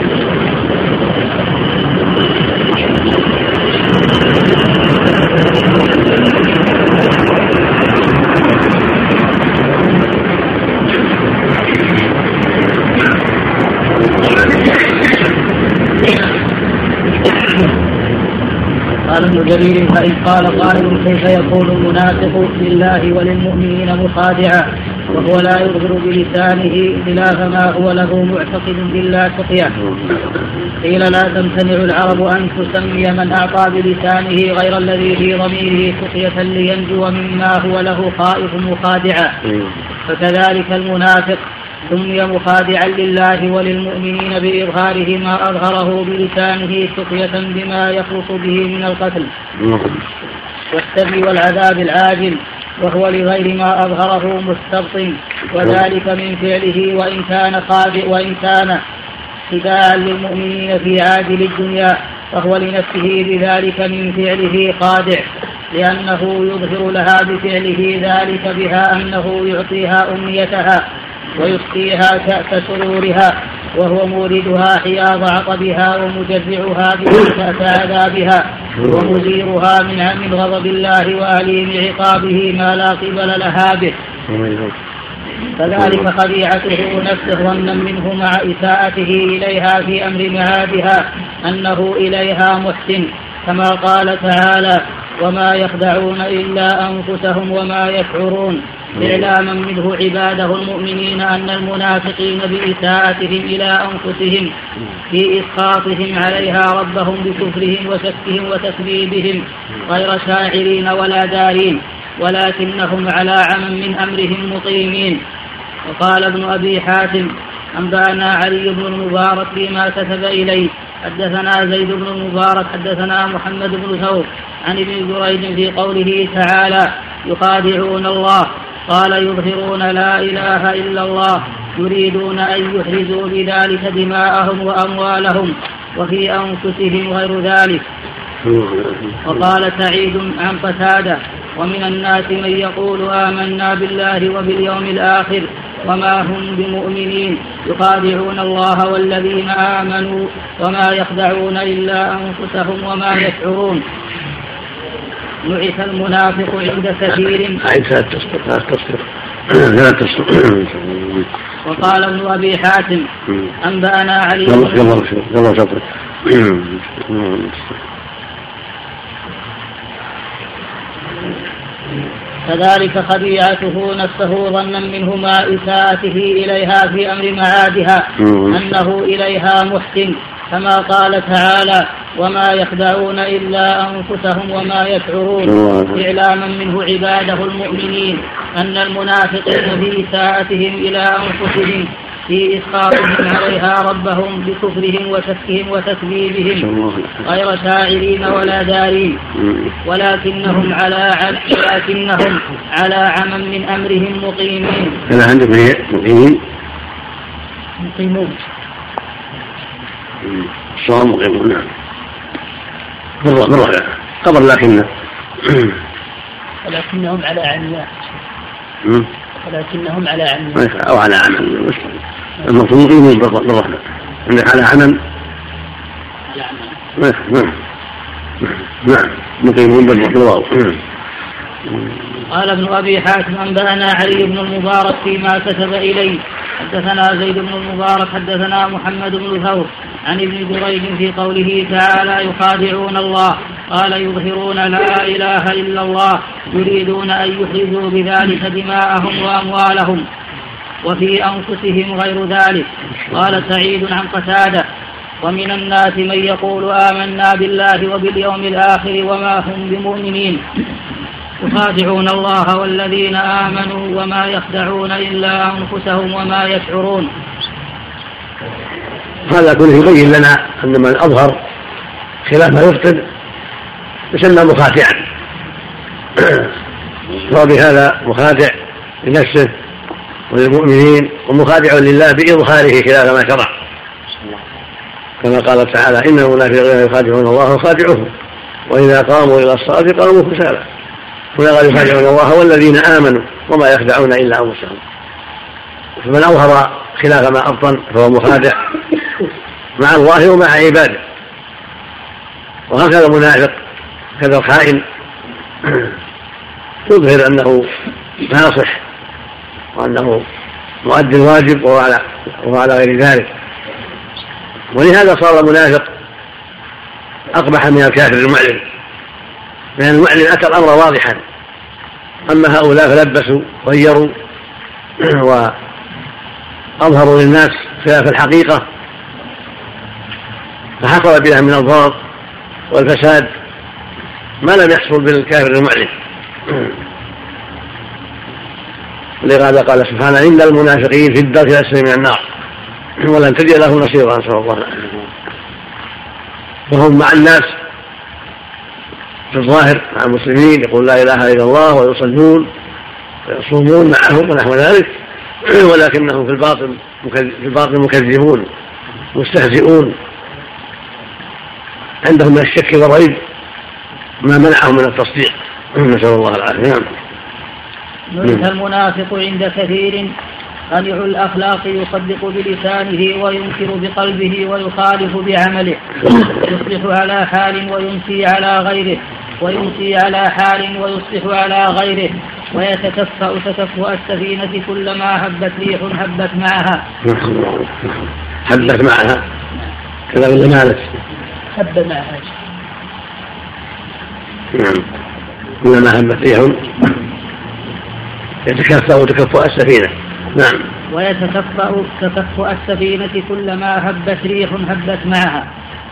قال ابن جرير فإن قال قائل كيف يكون المنافق لله وللمؤمنين مخادعا وهو لا يظهر بلسانه خلاف ما هو له معتقد بالله تقيا؟ قيل لا تمتنع العرب أن تسمي من أعطى بلسانه غير الذي في ضميره تقية لينجو مما هو له خائف مخادعا، فكذلك المنافق سمي مخادعا لله وللمؤمنين بإظهاره ما أظهره بلسانه سقية بما يخلص به من القتل والسبي والعذاب العاجل، وهو لغير ما أظهره مستبطن، وذلك من فعله وإن كان خادع وإن كان خداعا للمؤمنين في عاجل الدنيا، فهو لنفسه بذلك من فعله خادع، لأنه يظهر لها بفعله ذلك بها أنه يعطيها أمنيتها ويسقيها كأس سرورها، وهو موردها حياض عقبها ومجزعها بكأس عذابها ومزيرها من غضب الله وأليم عقابه ما لا قبل لها به. فذلك خديعته نفسه ظنا منه مع إساءته إليها في أمر معادها أنه إليها محسن، كما قال تعالى وما يخدعون إلا أنفسهم وما يشعرون، إعلاما منه عباده المؤمنين أن المنافقين بإساءتهم إلى أنفسهم في إسخاطهم عليها ربهم بكفرهم وشكهم وتكذيبهم غير شاعرين ولا دارين، ولكنهم على عمى من أمرهم مقيمين. وقال ابن أبي حاتم أنبأنا علي بن المبارك فيما كتب إليه حدثنا زيد بن المبارك حدثنا محمد بن ثور عن ابن جريج في قوله تعالى يخادعون الله، قال يظهرون لا إله إلا الله يريدون أن يحرزوا بذلك دماءهم وأموالهم وفي أنفسهم غير ذلك. وقال سعيد عن قتادة ومن الناس من يقول آمنا بالله وباليوم الآخر وما هم بمؤمنين يخادعون الله والذين آمنوا وما يخدعون إلا أنفسهم وما يشعرون. نعت المنافق عند كثير. وقال ابن أبي حاتم أنبأنا علي كذلك خديعته نفسه ظنا منه مع إساءته إليها في أمر معادها أنه إليها محسن، كما قال تعالى وما يخدعون إلا أنفسهم وما يشعرون، إعلاما منه عباده المؤمنين أن المنافقين في إساءتهم إلى أنفسهم في إسخاطهم عليها ربهم بكفرهم وشكهم وتكذيبهم غير شاعرين ولا دارين، ولكنهم على ولكنهم على عمى من أمرهم مقيمين. أنا عندكم هي مقيمين مقيمون الصوم مقيمون. نعم مرة مرة خبر لكنه ولكنهم على عمى ولكنهم على عمى أو على عمل المقصود مقيمون بالرحمة عندك على عمل. نعم نعم مقيمون بالواو. قال ابن أبي حاتم أنبأنا علي بن المبارك فيما كتب إليه حدثنا زيد بن المبارك حدثنا محمد بن ثور عن ابن جريج في قوله تعالى يخادعون الله، قال يظهرون لا إله إلا الله يريدون أن يخرجوا بذلك دماءهم وأموالهم وفي أنفسهم غير ذلك. قال سعيد عن قتادة ومن الناس من يقول آمنا بالله وباليوم الآخر وما هم بمؤمنين يخادعون الله والذين آمنوا وما يخدعون إلا أنفسهم وما يشعرون. هذا كله يبين لنا أن من أظهر خلاف ما يفقد يسمى مخادعا، وبهذا مخادع لنفسه وللمؤمنين ومخادع لله بإظهاره خلاف ما شرع، كما قال تعالى إن المنافقين يخادعون الله وخادعوهم وإذا قاموا إلى الصلاة قاموا كسالى. هنا قال يخادعون الله والذين آمنوا وما يخدعون إلا أنفسهم. فمن أظهر خلاف ما أبطن فهو مخادع مع الله ومع عباده. وهكذا المنافق كذا الخائن يظهر أنه ناصح وأنه مؤدي الواجب وهو على غير ذلك، ولهذا صار المنافق أقبح من الكافر المعلن، لأن المعلن أتى الأمر واضحا، أما هؤلاء فلبسوا غيروا وأظهروا للناس خلاف الحقيقة، فحصل بها من الضرر والفساد ما لم يحصل بالكافر المعلن. ولهذا قال سبحانه إن المنافقين في الدرك الأسفل من النار ولن تجد له نصيرا، نسأل الله العافية. وهم مع الناس في الظاهر مع المسلمين يقول لا إله إلا الله ويصلون ويصومون معهم ونحو ذلك، ولكنهم في الباطن في الباطن مكذبون مستهزئون، عندهم من الشك والريب ما منعهم من التصديق، نسأل الله العافية. نعم. المنافق عند كثير قنع الأخلاق يصدق بلسانه وينكر بقلبه ويخالف بعمله، يصبح على حال ويمسي على غيره ويمسي على حال ويصبح على غيره، ويتكفأ تكفؤ السفينة كلما هبت ريح هبت معها هبت معها كذا ولا مالت هب معها نعم كلما هبت ريح يتكفأ تكفؤ السفينة. نعم. ويتكفأ تكفؤ السفينة كلما هبت ريح هبت معها.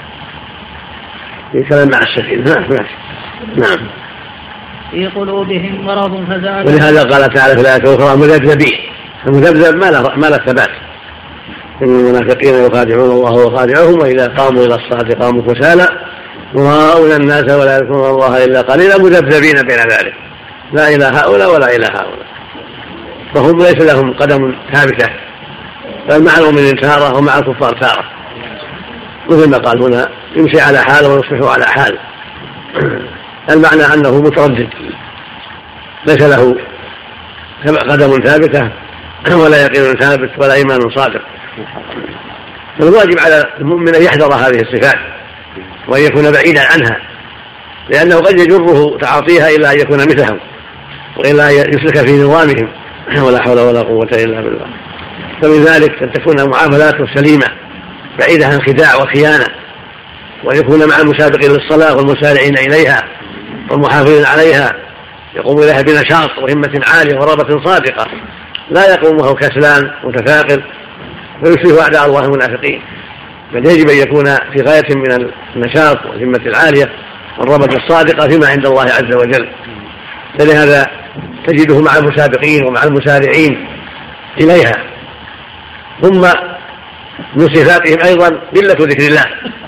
كلام مع السفينة. نعم. نعم. في قلوبهم مرض فزاد. ولهذا قال تعالى في الآية الأخرى مذبذبين، المذبذب ما له ما له ثبات. إن المنافقين يخادعون الله وخادعهم وإذا قاموا إلى الصلاة قاموا كسالى يراءون الناس ولا يذكرون الله إلا قليلا مذبذبين بين ذلك لا إلى هؤلاء ولا إلى هؤلاء، فهم ليس لهم قدم ثابتة، بل مع المؤمنين تارة ومع الكفار تارة، مثل ما قال هنا يمشي على حال ويصبح على حال. المعنى أنه متردد ليس له قدم ثابتة ولا يقين ثابت ولا إيمان صادق. فالواجب على المؤمن أن يحذر هذه الصفات وأن يكون بعيدا عنها، لأنه قد يجره تعاطيها إلى أن يكون مثلهم وإلا يسلك في نظامهم، ولا حول ولا قوة إلا بالله. فمن ذلك أن تكون معاملاته سليمة بعيدة عن خداع وخيانة، ويكون مع المسابقين للصلاة والمسارعين إليها والمحافظين عليها، يقوم إليها بنشاط وهمة عالية ورغبة صادقة، لا يقوم وهو كسلان متفاقر ويشبه أعداء الله المنافقين، بل يجب أن يكون في غاية من النشاط والهمة العالية والرغبة الصادقة فيما عند الله عز وجل. فلهذا تجده مع المسابقين ومع المسارعين إليها. ثم من صفاتهم أيضا قلة ذكر الله،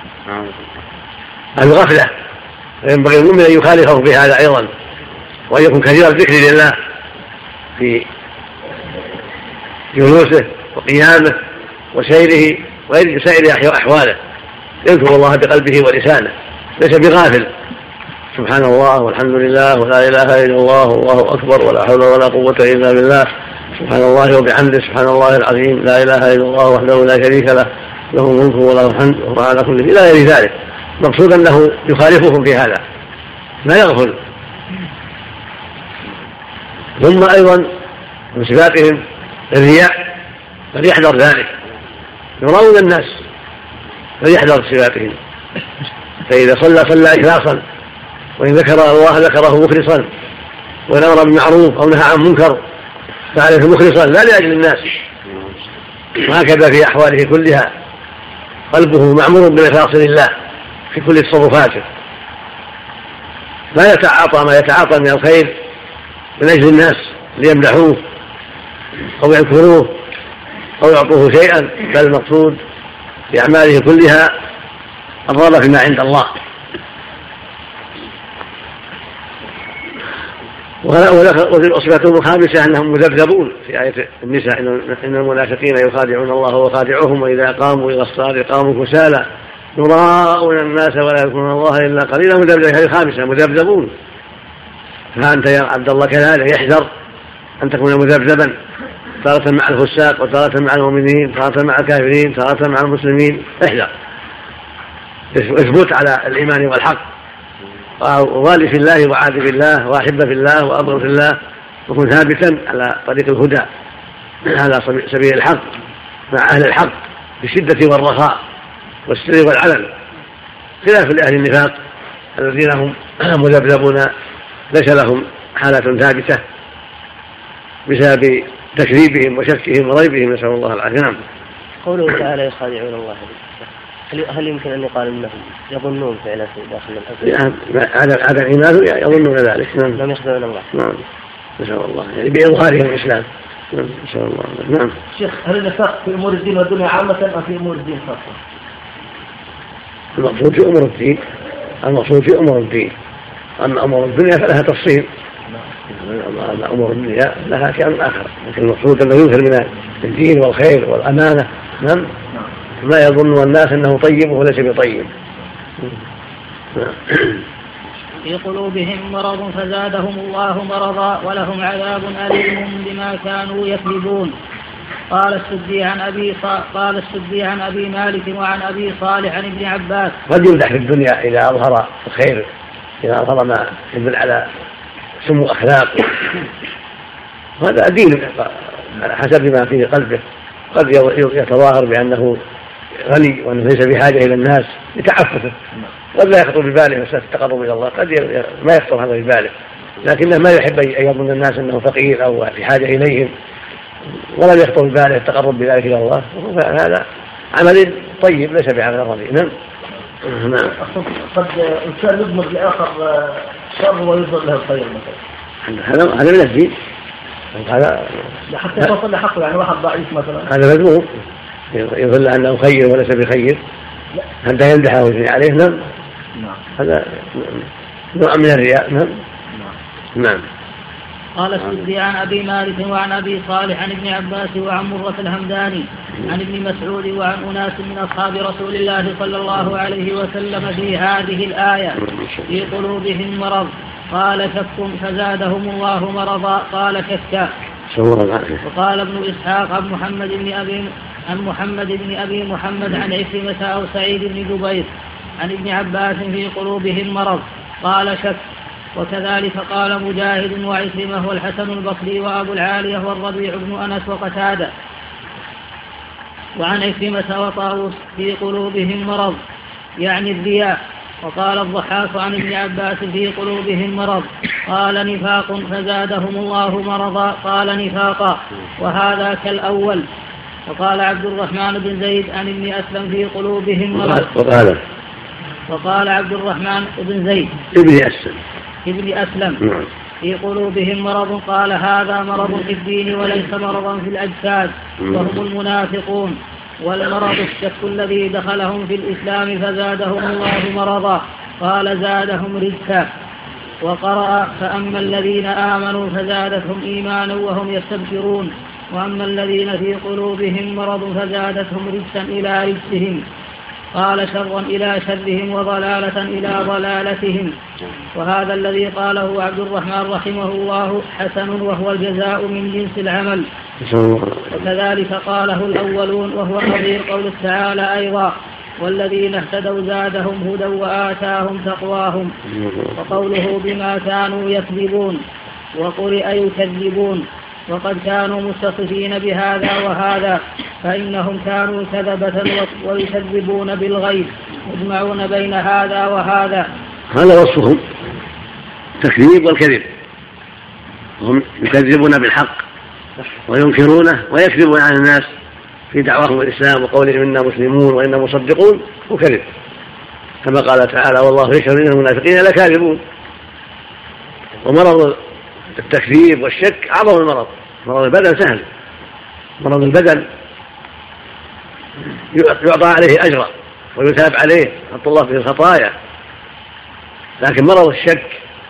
الغفلة، ينبغي المؤمن أن يخالفه في هذا أيضا، وأن يكون كثير الذكر لله في جلوسه وقيامه وسيره وغير سائر أحواله، يذكر الله بقلبه ولسانه، ليس بغافل. سبحان الله والحمد لله ولا إله إلا الله والله أكبر ولا حول ولا قوة إلا بالله، سبحان الله وبحمده سبحان الله العظيم، لا إله إلا الله وحده لا شريك له له الملك وله الحمد وهو على كل شيء، إلى غير ذلك. مقصود أنه يخالفهم في هذا لا يغفل. ثم أيضا من صفاتهم الرياء، فليحذر ذلك، يراون الناس فليحذر صفاتهم، فإذا صلى صلى إخلاصا وإن ذكر الله ذكره مخلصا، وإن أمر بالمعروف أو نهى عن منكر فعله مخلصا لا لأجل الناس. وهكذا في أحواله كلها قلبه معمور بالإخلاص لله في كل تصرفاته، لا يتعاطى ما يتعاطى من الخير من أجل الناس ليمدحوه أو يذكروه أو يعطوه شيئا، بل المقصود بأعماله كلها الرغبة فيما عند الله. والصفة الخامسة أنهم مذبذبون في آية النساء إن المنافقين يخادعون الله وخادعهم وإذا قاموا إلى الصلاة قاموا كسالى يراءون الناس ولا يذكرون الله إلا قليلا. مذبذبون. هذه الخامسة مذبذبون. فأنت يا عبد الله كذلك يحذر أن تكون مذبذبا تارة مع الفساق وتارة مع المؤمنين، تارة مع الكافرين، تارة مع المسلمين. احذر، اثبت على الإيمان والحق، ووالي في الله وعادي في الله وأحب في الله وأبغض في الله، وكن ثابتا على طريق الهدى على سبيل الحق مع أهل الحق بالشدة والرخاء والسر والعلن، خلاف لأهل النفاق الذين هم مذبذبون ليس لهم حالة ثابتة بسبب تكذيبهم وشكهم وريبهم، نسأل الله العافية. نعم. قوله تعالى يخادعون الله، هل يمكن أن يقال أنهم يظنون فعلا في داخل الحزب؟ هذا الإيمان يظنون ذلك. نعم. لم يخدعون الله. نعم. نسأل الله يعني بإظهارهم الإسلام. نعم. نسأل الله. نعم. شيخ، هل النفاق في أمور الدين والدنيا عامة أم في أمور الدين خاصة؟ المقصود في أمور الدين، المقصود في أمور الدين. أما أمور الدنيا فلها تفصيل، أما أمور الدنيا لها شأن آخر، لكن المقصود أنه يظهر من الدين والخير والأمانة. نعم. ما يظن الناس أنه طيب وليس بطيب. في قلوبهم مرض فزادهم الله مرضا ولهم عذاب أليم بما كانوا يكذبون. قال السدي عن أبي قال السدي عن أبي مالك وعن أبي صالح عن ابن عباس. قد يمدح في الدنيا إذا أظهر الخير، إذا أظهر ما يدل على سمو أخلاق، هذا دين على حسب ما في قلبه. قد يتظاهر بأنه غني وأنه ليس بحاجة إلى الناس لتعففه، قد لا يخطر بباله مسألة التقرب إلى الله، قد ما يخطر هذا بباله، لكنه ما يحب أن يظن الناس أنه فقير أو في حاجة إليهم، ولا يخطر بباله التقرب بذلك إلى الله. هذا عمل طيب ليس بعمل رضي. نعم. قد إنسان يضمر لآخر شر ويظهر له الخير مثلا، هذا هذا من الدين، هذا حتى يوصل لحقه. يعني واحد ضعيف مثلا هذا مذموم، يظل أنه خير وليس بخير، حتى يمدحه ويثني عليه. نعم. هذا نوع من الرياء. نعم. نعم. قال السدي عن أبي مالك وعن أبي صالح عن ابن عباس وعن مرة الهمداني عن ابن مسعود وعن أناس من أصحاب رسول الله صلى الله عليه وسلم في هذه الآية في قلوبهم مرض. قال شك فزادهم الله مرضا. قال شكا. وقال ابن إسحاق عن محمد بن أبي عن محمد بن أبي محمد عن عكرمة أو سعيد بن جبير عن ابن عباس في قلوبهم مرض. قال شك. وكذلك قال مجاهد وعكرمة والحسن البصري وأبو العالية والربيع بن أنس وقتادة وعن عكرمة وطاووس في قلوبهم مرض يعني الرياء. وقال الضحاك عن ابن عباس في قلوبهم مرض. قال نفاق فزادهم الله مرضا. قال نفاقا وهذا كالأول. وقال عبد الرحمن بن زيد عن ابن أسلم في قلوبهم مرض. وقال وقال عبد الرحمن بن زيد ابن أسلم ابن أسلم في قلوبهم مرض. قال هذا مرض في الدين وليس مرضا في الأجساد وهم المنافقون. والمرض الشك الذي دخلهم في الإسلام فزادهم الله مرضا. قال زادهم رجسا. وقرأ فأما الذين آمنوا فزادتهم إيمانا وهم يستبشرون وأما الذين في قلوبهم مرض فزادتهم رجسا إلى رجسهم. قال شرا إلى شرهم وضلالة إلى ضلالتهم. وهذا الذي قاله عبد الرحمن رحمه الله حسن وهو الجزاء من جنس العمل. وكذلك قاله الأولون وهو نظير قول تعالى أيضا والذين اهتدوا زادهم هدى وآتاهم تقواهم. وقوله بما كانوا يكذبون وقرئ يكذبون. وقد كانوا متصفين بهذا وهذا فإنهم كانوا كذبة ويكذبون بالغيب يجمعون بين هذا وهذا. هذا وصفهم التكذيب والكذب، هم يكذبون بالحق وينكرونه ويكذبون عن الناس في دعواهم الإسلام وقولهم إنا مسلمون وإنا مصدقون، وكذب كما قال تعالى والله يشهد إن المنافقين لكاذبون. ومرض التكذيب والشك أعظم المرض. مرض البدن سهل، مرض البدن يعطى عليه أجرا ويثاب عليه يحط الله فيه الخطايا، لكن مرض الشك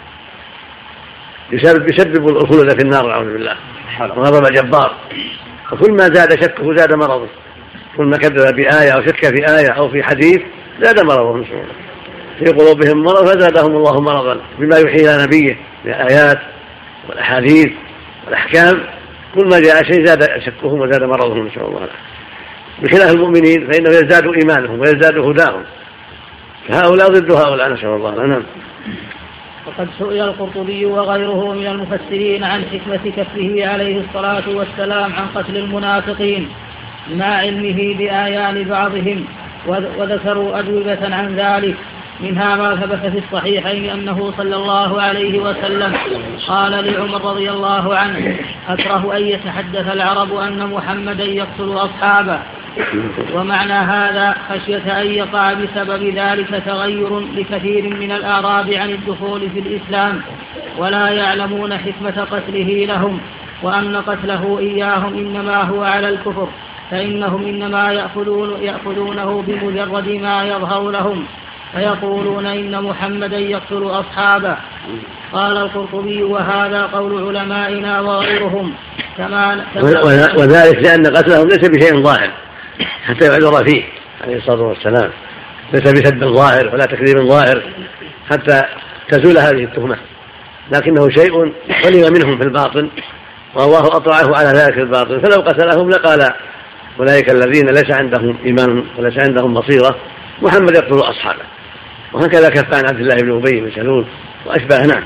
يسبب, يسبب الخلود في النار نعوذ بالله، وغضب جبار. وكل ما زاد شكه زاد مرضه، كل ما كذب بآية أو شك في آية أو في حديث زاد مرضه في قلوبهم مرض فزادهم الله مرضا بما يوحي إلى نبيه من الآيات والأحاديث والأحكام. كل ما جاء شيء زاد شكهم وزاد مرضهم إن شاء الله. بخلاف المؤمنين فإنه يزداد إيمانهم ويزداد هداهم، فهؤلاء ضد هؤلاء نسأل الله. نعم. وقد سئل القرطبي وغيره من المفسرين عن حكمة كفه عليه الصلاة والسلام عن قتل المنافقين مع علمه بآيان بعضهم، وذكروا أجوبة عن ذلك، منها ما ثبت في الصحيحين أنه صلى الله عليه وسلم قال لعمر رضي الله عنه أكره أن يتحدث العرب أن محمدا يقتل أصحابه، ومعنى هذا خشية أن يقع بسبب ذلك تغير لكثير من الأعراب عن الدخول في الإسلام ولا يعلمون حكمة قتله لهم، وأن قتله إياهم إنما هو على الكفر، فإنهم إنما يأخذون يأخذونه بمجرد ما يظهر لهم فيقولون إن محمدا يقتل أصحابه. قال القرطبي وهذا قول علمائنا وغيرهم كما وذلك لأن قتلهم ليس بشيء ظاهر حتى يعذر فيه عليه الصلاة والسلام، ليس بسب ظاهر ولا تكذيب ظاهر حتى تزول هذه التهمة، لكنه شيء علم منهم في الباطن والله أطلعه على ذلك الباطن، فلو قتلهم لقال أولئك الذين ليس عندهم إيمان وليس عندهم بصيرة محمد يقتل أصحابه. وهكذا كف عن عبد الله بن أبي بن سلول وأشباه. نعم.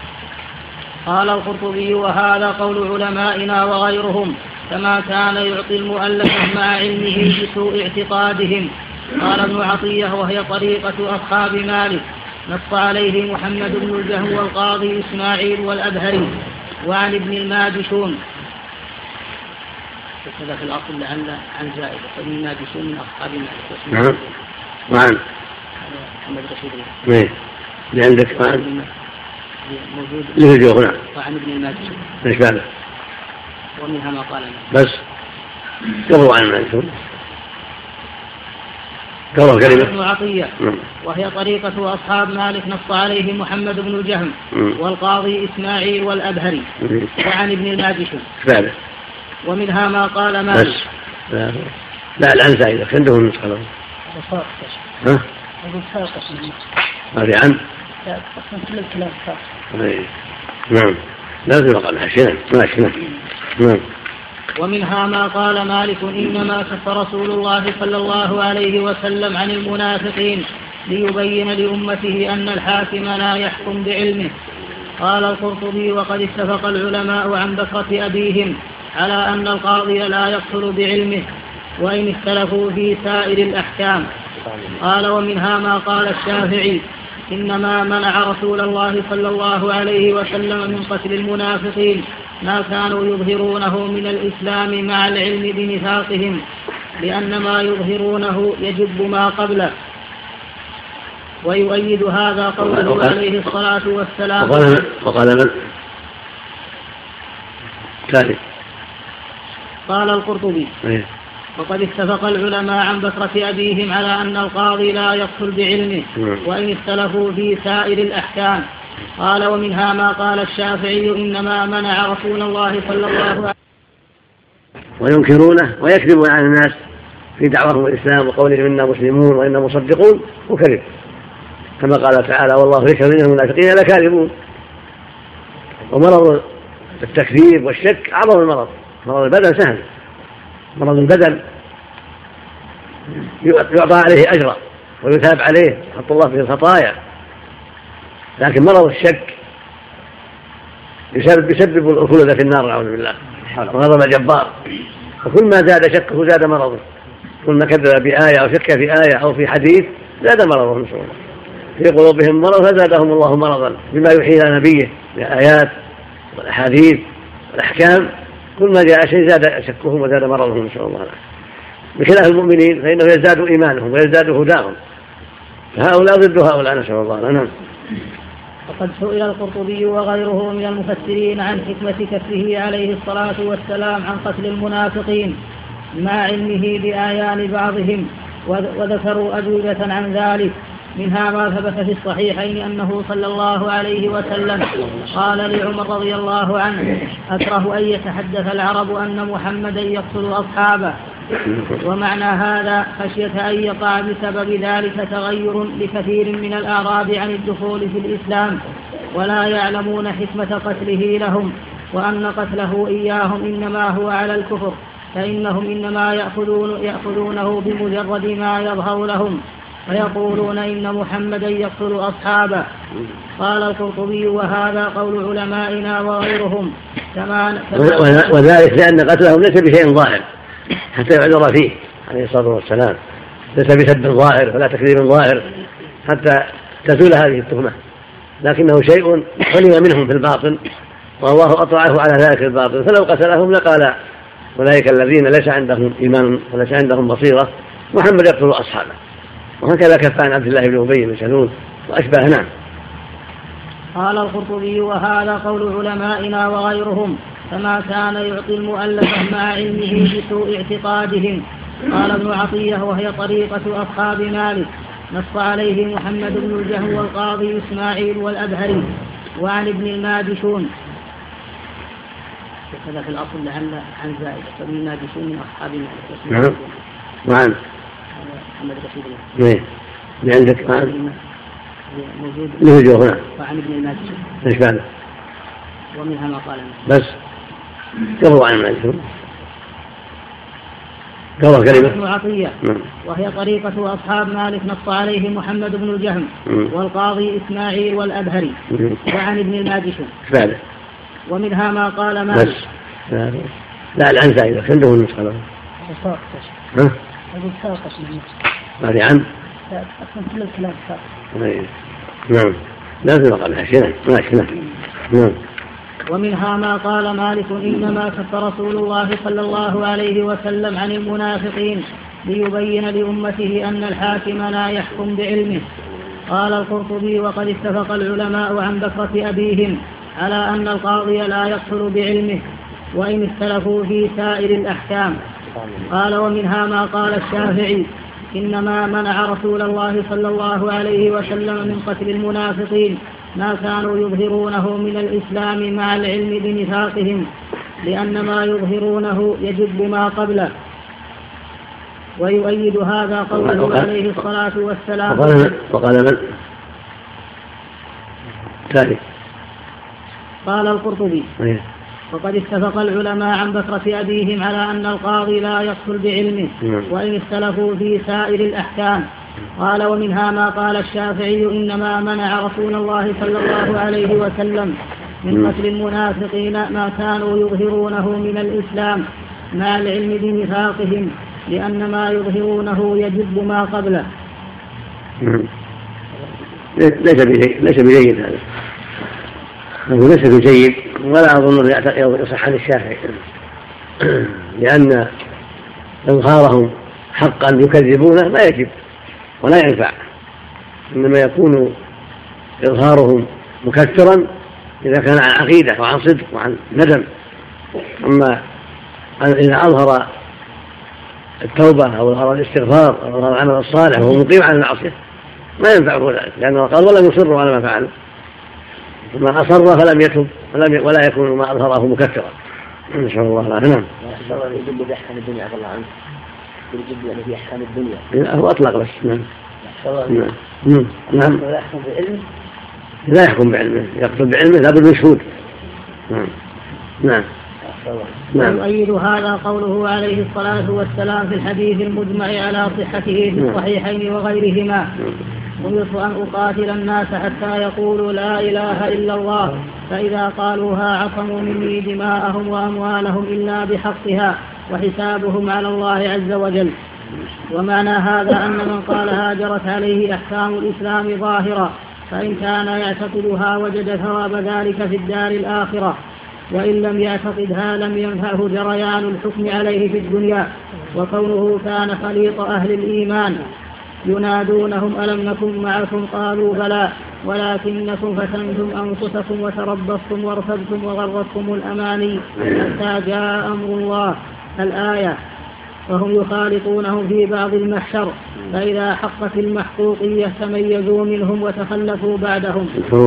قال القرطبي وهذا قول علمائنا وغيرهم كما كان يعطي المؤلف مع علمه بسوء اعتقادهم. قال ابن عطية وهي طريقة أصحاب مالك نص عليه محمد بن الجهم والقاضي إسماعيل والأبهري وعن ابن الماجشون. هذا في الأصل لعل عن زائدة فابن الماجشون من أصحاب مالك. نعم. وعن محمد رشيد ايه اللي عندك وعن موجود اللي في هنا وعن ابن الماجشون ايش بعده؟ ومنها ما قال بس قبل عن الماجشون قبل كلمة ابن عطية وهي طريقة أصحاب مالك نص عليه محمد بن الجهم والقاضي إسماعيل والأبهري وعن ابن الماجشون بعده ومنها ما قال مالك. بس لا لا العن زائدة عنده النسخة له ها؟ هذه عن نعم لازم يقع الحشيان ماشي. نعم. ومنها ما قال مالك إنما كف رسول الله صلى الله عليه وسلم عن المنافقين ليبين لأمته أن الحاكم لا يحكم بعلمه. قال القرطبي وقد اتفق العلماء عن بكرة أبيهم على أن القاضي لا يقتل بعلمه وإن اختلفوا في سائر الأحكام. قال ومنها ما قال الشافعي إنما منع رسول الله صلى الله عليه وسلم من قتل المنافقين ما كانوا يظهرونه من الإسلام مع العلم بنفاقهم، لأن ما يظهرونه يجب ما قبله. ويؤيد هذا قوله عليه الصلاة والسلام. وقال من ثالث قال القرطبي وقد اتفق العلماء عن بكرة أبيهم على أن القاضي لا يقتل بعلمه وإن اختلفوا في سائر الأحكام. قال ومنها ما قال الشافعي إنما منع رسول الله صلى الله عليه وسلم وينكرونه ويكذبون عن الناس في دعواهم الإسلام وقولهم إنا مسلمون وإنا مصدقون، وكذب كما قال تعالى والله يشهد إن المنافقين لكاذبون. ومرض التكذيب والشك أعظم المرض. مرض البدن سهل، مرض البدن يعطى عليه أجرا ويثاب عليه يحط الله فيه الخطايا، لكن مرض الشك يسبب, يسبب الخلود في النار نعوذ بالله، وغضب جبار. وكل ما زاد شكه زاد مرضه، كل ما كذب بآية أو شك في آية أو في حديث زاد مرضه نسأل الله. في قلوبهم مرض فزادهم الله مرضا بما يوحي إلى نبيه من الآيات والأحاديث والأحكام. كل ما جاء شيء زاد شكهم وزاد مرضهم نسأل الله العافية. بخلاف المؤمنين فإنه يزداد إيمانهم ويزداد هداهم، فهؤلاء ضد هؤلاء نسأل الله العافية. وقد سئل القرطبي وغيره من المفسرين عن حكمة كفه عليه الصلاة والسلام عن قتل المنافقين مع علمه بآيان بعضهم، وذكروا أجوبة عن ذلك. منها ما ثبت في الصحيحين أنه صلى الله عليه وسلم قال لعمر رضي الله عنه: أكره أن يتحدث العرب أن محمدا يقتل أصحابه. ومعنى هذا خشية أن يقع بسبب ذلك تغير لكثير من الأعراب عن الدخول في الإسلام ولا يعلمون حكمة قتله لهم، وأن قتله إياهم إنما هو على الكفر، فإنهم إنما يأخذون يأخذونه بمجرد ما يظهر لهم، فيقولون إن محمدا يقتل أصحابه. قال القرطبي: وهذا قول علمائنا وغيرهم. وذلك لأن قتلهم ليس بشيء ظاهر حتى يعذر فيه عليه الصلاة والسلام، ليس بسب ظاهر ولا تكذيب ظاهر حتى تزول هذه التهمة، لكنه شيء علم منهم في الباطن والله أطلعه على ذلك الباطل، فلو قتلهم لقال أولئك الذين ليس عندهم إيمان وليس عندهم بصيرة محمد يقتل أصحابه. وهكذا كف عن عبد الله بن أبي بن سلول وأشباه. نعم. قال القرطبي: وهذا قول علمائنا وغيرهم، فما كان يعطي المؤلفة مع علمه بسوء اعتقادهم. قال ابن عطية: وهي طريقة أصحاب مالك، نص عليه محمد بن الجهم والقاضي إسماعيل والأبهري. وعن ابن الماجشون هذا في الأصل لعل عن زائد، فابن الماجشون من أصحاب مالك. نعم. وعن محمد رشيد الله. ايه اللي عندك وعن موجود له هنا. وعن ابن الماجشون. ايش بعده؟ ومنها ما قال بس قبل عن الماجشون قبل كلمة ابن عطية. وهي طريقة أصحاب مالك، نص عليه محمد بن الجهم والقاضي إسماعيل والأبهري. وعن ابن الماجشون بعده. ومنها ما قال مالك. بس لا لا العن زائدة عنده النسخة له. ها؟ أقول ساقش من النسخة. ماذا عن؟ لا أصلا كل الكلام ساقش. نعم. لا في مقام حشينا. ماشي. نعم. ومنها ما قال مالك: إنما كف رسول الله صلى الله عليه وسلم عن المنافقين ليبين لأمته أن الحاكم لا يحكم بعلمه. قال القرطبي: وقد اتفق العلماء عن بكرة أبيهم على أن القاضي لا يقتل بعلمه وإن اختلفوا في سائر الأحكام. قال: ومنها ما قال الشافعي: إنما منع رسول الله صلى الله عليه وسلم من قتل المنافقين ما كانوا يظهرونه من الإسلام مع العلم بنفاقهم، لأن ما يظهرونه يجب ما قبله. ويؤيد هذا قوله عليه الصلاة والسلام. وقال من؟ ثاني. قال القرطبي: وقد اتفق العلماء عن بكرة أبيهم على أن القاضي لا يقتل بعلمه وإن اختلفوا في سائر الأحكام. قال: ومنها ما قال الشافعي: إنما منع رسول الله صلى الله عليه وسلم من قتل المنافقين ما كانوا يظهرونه من الإسلام مع العلم بنفاقهم، لأن ما يظهرونه يجب ما قبله. ليس بجيد هذا، ليس بجيد، ولا أظن يصح عن الشافعي، لأن إظهارهم حقا يكذبونه ما يجب ولا ينفع، إنما يكون إظهارهم مكثرا إذا كان عن عقيدة وعن صدق وعن ندم. أما إذا أظهر التوبة أو أظهر الاستغفار أو أظهر العمل الصالح وهو مقيم على المعصية ما ينفعه ذلك، لأنه قال: ولم يصروا على ما فعلوا. ما أصر فلم يتب ولا يكون ما أظهره مكثرا. إن شاء الله. لا. نعم. يجب بأحكام الدنيا عبد الله عنه. يجب يعني في أحكام الدنيا. هو أطلق بس. نعم. نعم. نعم. لا يحكم بعلمه. لا يحكم بعلمه، يقتل بعلمه لا بد من شهود. نعم. نعم. نعم. ويؤيد هذا قوله عليه الصلاة والسلام في الحديث المجمع على صحته في الصحيحين وغيرهما: أمرت أن أقاتل الناس حتى يقولوا لا إله إلا الله، فإذا قالوها عصموا مني دماءهم وأموالهم إلا بحقها وحسابهم على الله عز وجل. ومعنى هذا أن من قالها ما جرت عليه أحكام الإسلام ظاهرا، فإن كان يعتقدها وجد ثواب ذلك في الدار الآخرة، وإن لم يعتقدها لم ينفعه جريان الحكم عليه في الدنيا. وكونه كان خليط أهل الإيمان ينادونهم ألم نكن معكم قالوا بلى ولكنكم فتنتم أنفسكم وتربصتم وارتبتم وغرتكم الأماني حتى جاء أمر الله الآية. وهم يخالطونهم في بعض المحشر، فإذا حقت المحقوقية تميزوا منهم وتخلفوا بعدهم،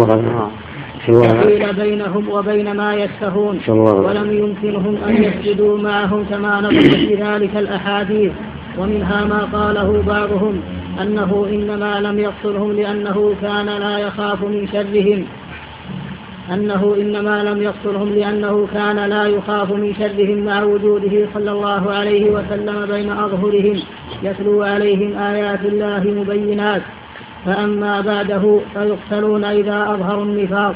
وقيل بينهم وبين ما يشتهون، ولم يمكنهم أن يسجدوا معهم كما نص في ذلك الأحاديث. ومنها ما قاله بعضهم أنه إنما لم يقتلهم لأنه كان لا يخاف من شرهم أنه إنما لم يقتلهم لأنه كان لا يخاف من شرهم مع وجوده صلى الله عليه وسلم بين أظهرهم يتلو عليهم آيات الله مبينات. فأما بعده فيقتلون إذا أظهروا النفاق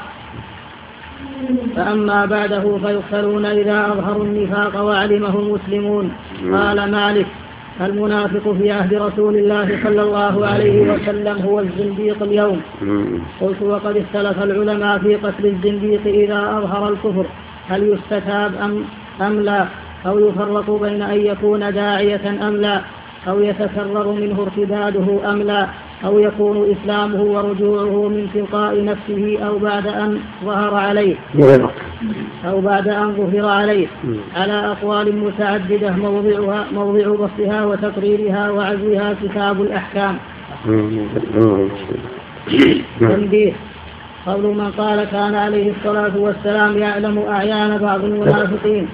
فأما بعده فيقتلون إذا أظهروا النفاق وعلمه المسلمون. قال مالك: المنافق في عهد رسول الله صلى الله عليه وسلم هو الزنديق اليوم. قلت: وقد اختلف العلماء في قتل الزنديق إذا أظهر الكفر، هل يستتاب أم, أم لا، أو يفرق بين أن يكون داعية أم لا، أو يتكرر منه ارتداده أم لا، أو يكون إسلامه ورجوعه من تلقاء نفسه أو بعد أن ظهر عليه أو بعد أن ظهر عليه، على أقوال متعددة موضعها موضع بسطها وتقريرها وعزوها كتاب الأحكام. تنبيه: قول من قال كان عليه الصلاة والسلام يعلم أعيان بعض المنافقين.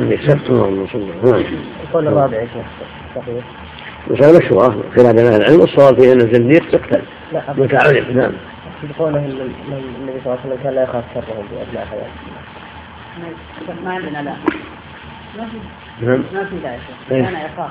القول الرابع يا شيخ مسألة مشهورة خلال أهل العلم، والصواب فيه أن الزنديق تقتل متى علم. نعم. يقول النبي صلى الله عليه وسلم كان لا يخاف شرهم في أثناء حياته. ما عندنا لا نعم. ما في لا شيء، كان يخاف.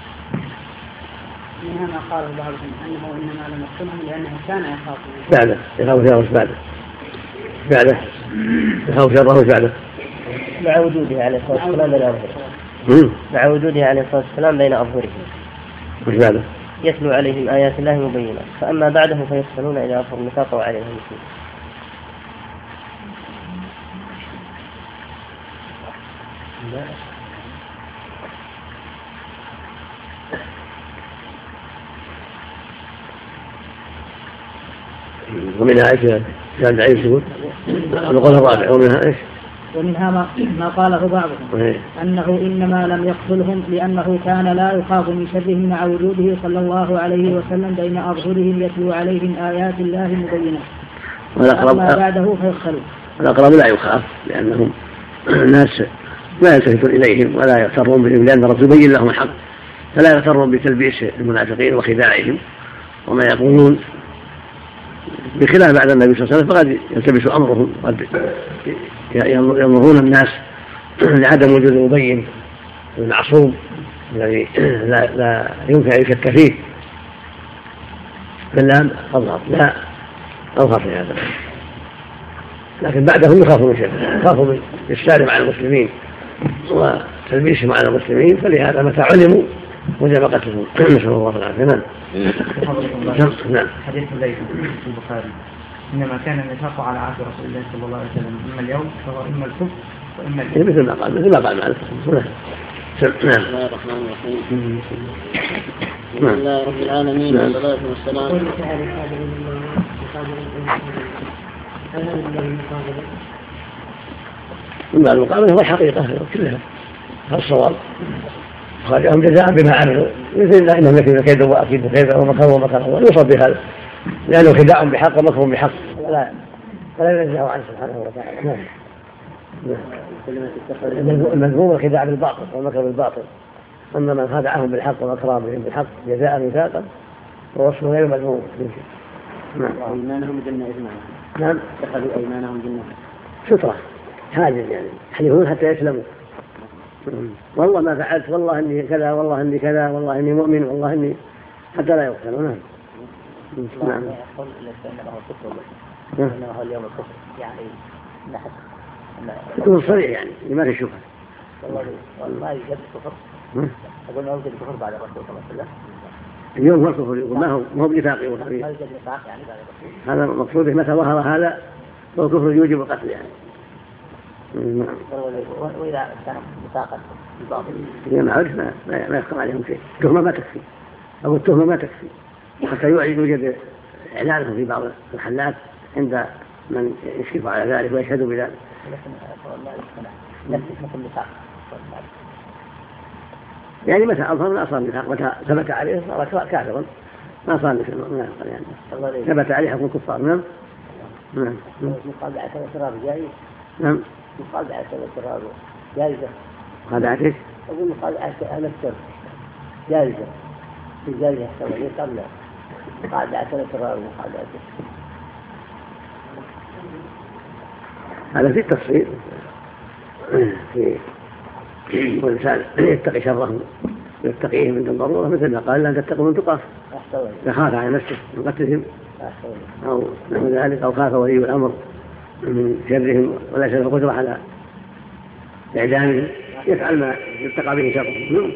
منها ما قاله بعضهم أنه إنما لم يقتلهم لأنه كان يخاف بعده يخاف شره بعده بعده يخاف شره بعده مع وجوده عليه الصلاة والسلام بين أظهره مع وجوده عليه الصلاة والسلام بين أظهره مش بعده يتلو عليهم آيات الله مبينات. فأما بعده فيقتلون إلى أظهر النفاق وعليهم المسلمين. ومنها عائشة كانت عائشة تقول القول الرابع ومنها ايش؟ ومنها ما, ما قاله بعضهم أنه إنما لم يقتلهم لأنه كان لا يخاف من شرهم مع وجوده صلى الله عليه وسلم بين أظهرهم يتلو عليهم آيات الله مبينات. أما بعده فيقتلون. الأقرب لا يخاف لأنهم الناس لا يلتفتون إليهم ولا يغترون بهم، لأن الرسول يبين لهم الحق، فلا يغترون بتلبيس المنافقين وخداعهم وما يقولون، بخلاف بعد النبي صلى الله عليه وسلم فقد يلتبس أمرهم، قد ينظرون الناس لعدم وجود المبين المعصوم الذي لا, لا يمكن أن يشك فيه، فالآن أظهر لا أظهر في هذا، لكن بعدهم يخافوا من شيء، يخافوا من السارم على المسلمين وتلبيسهم على المسلمين، فلهذا متى علموا وجب قتلهم. نسأل الله العافية. نعم. نعم. حديث الليل في البخاري: إنما كان النفاق على عهد رسول الله صلى الله عليه وسلم إما اليوم فهو إما الكفر وإما الكفر. مثل ما قال مثل ما قال مالك. نعم. بسم الله الرحمن الرحيم. الحمد لله رب العالمين والصلاة والسلام. إما المقابلة هو الحقيقة كلها الصواب، خرجهم جزاء بما عملوا، مثل إنهم يكيدون كيدا وأكيد كيدا ومكروا ومكروا ويوصف بهذا، لأنه خداع بحق ومكر بحق لا فلا ينزعه عنه سبحانه وتعالى. نعم. المذموم الخداع بالباطل والمكر بالباطل، أما من خدعهم بالحق ومكرهم بهم بالحق جزاء وفاقا ووصفه غير مذموم. نعم. أيمانهم جنة إجماعا. نعم. اتخذوا أيمانهم جنة سترة حاجز، يعني يحلفون حتى يسلموا، والله ما فعلت، والله إني كذا، والله إني كذا، والله إني مؤمن، والله إني، حتى لا يقتلوا. نعم. نعم. يقول لأنه كفر لأنه هو اليوم الكفر، يعني نحن يكون صريح يعني لما في شبهة. والله والله يوجد كفر. أقول ما يوجد كفر بعد الرسول صلى الله عليه وسلم. اليوم هو الكفر يقول ما هو ما هو بنفاق يقول هذا مقصوده متى ظهر هذا هو الكفر يوجب القتل يعني. نعم. وإذا كان نفاقا بالباطل إذا ما عرف ما ما يحكم عليهم شيء. التهمة ما تكفي أو التهمة ما تكفي حتى يوجد إعلانه في بعض المحلات عند من يشرف على ذلك ويشهد بذلك. يعني متى أظهر من أصلا النفاق متى ثبت عليه صار كافرا ما صار مثل المنافق يعني ثبت عليه حكم الكفار. نعم نعم مقاطعة الإسرار جائز. نعم مقاطعة الإسرار جائزة. مقاطعة أقول مقاطعة الإسرار جائزة في جائزة السبعية قبل مقاطعة الإسرار ومقاطعة هذا في التفصيل في والإنسان يتقي شره يتقيه من الضرورة مثل ما قال لن تتقوا من تقاف فخاف على نفسه من قتلهم أو نحو ذلك أو خاف ولي الأمر من شرهم وليس له قدرة على إعدامهم يفعل ما يتقى به شره.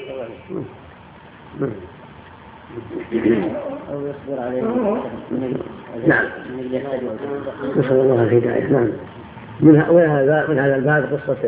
أو يصبر عليه. نعم نسأل الله الهداية. نعم من هذا من هذا الباب قصة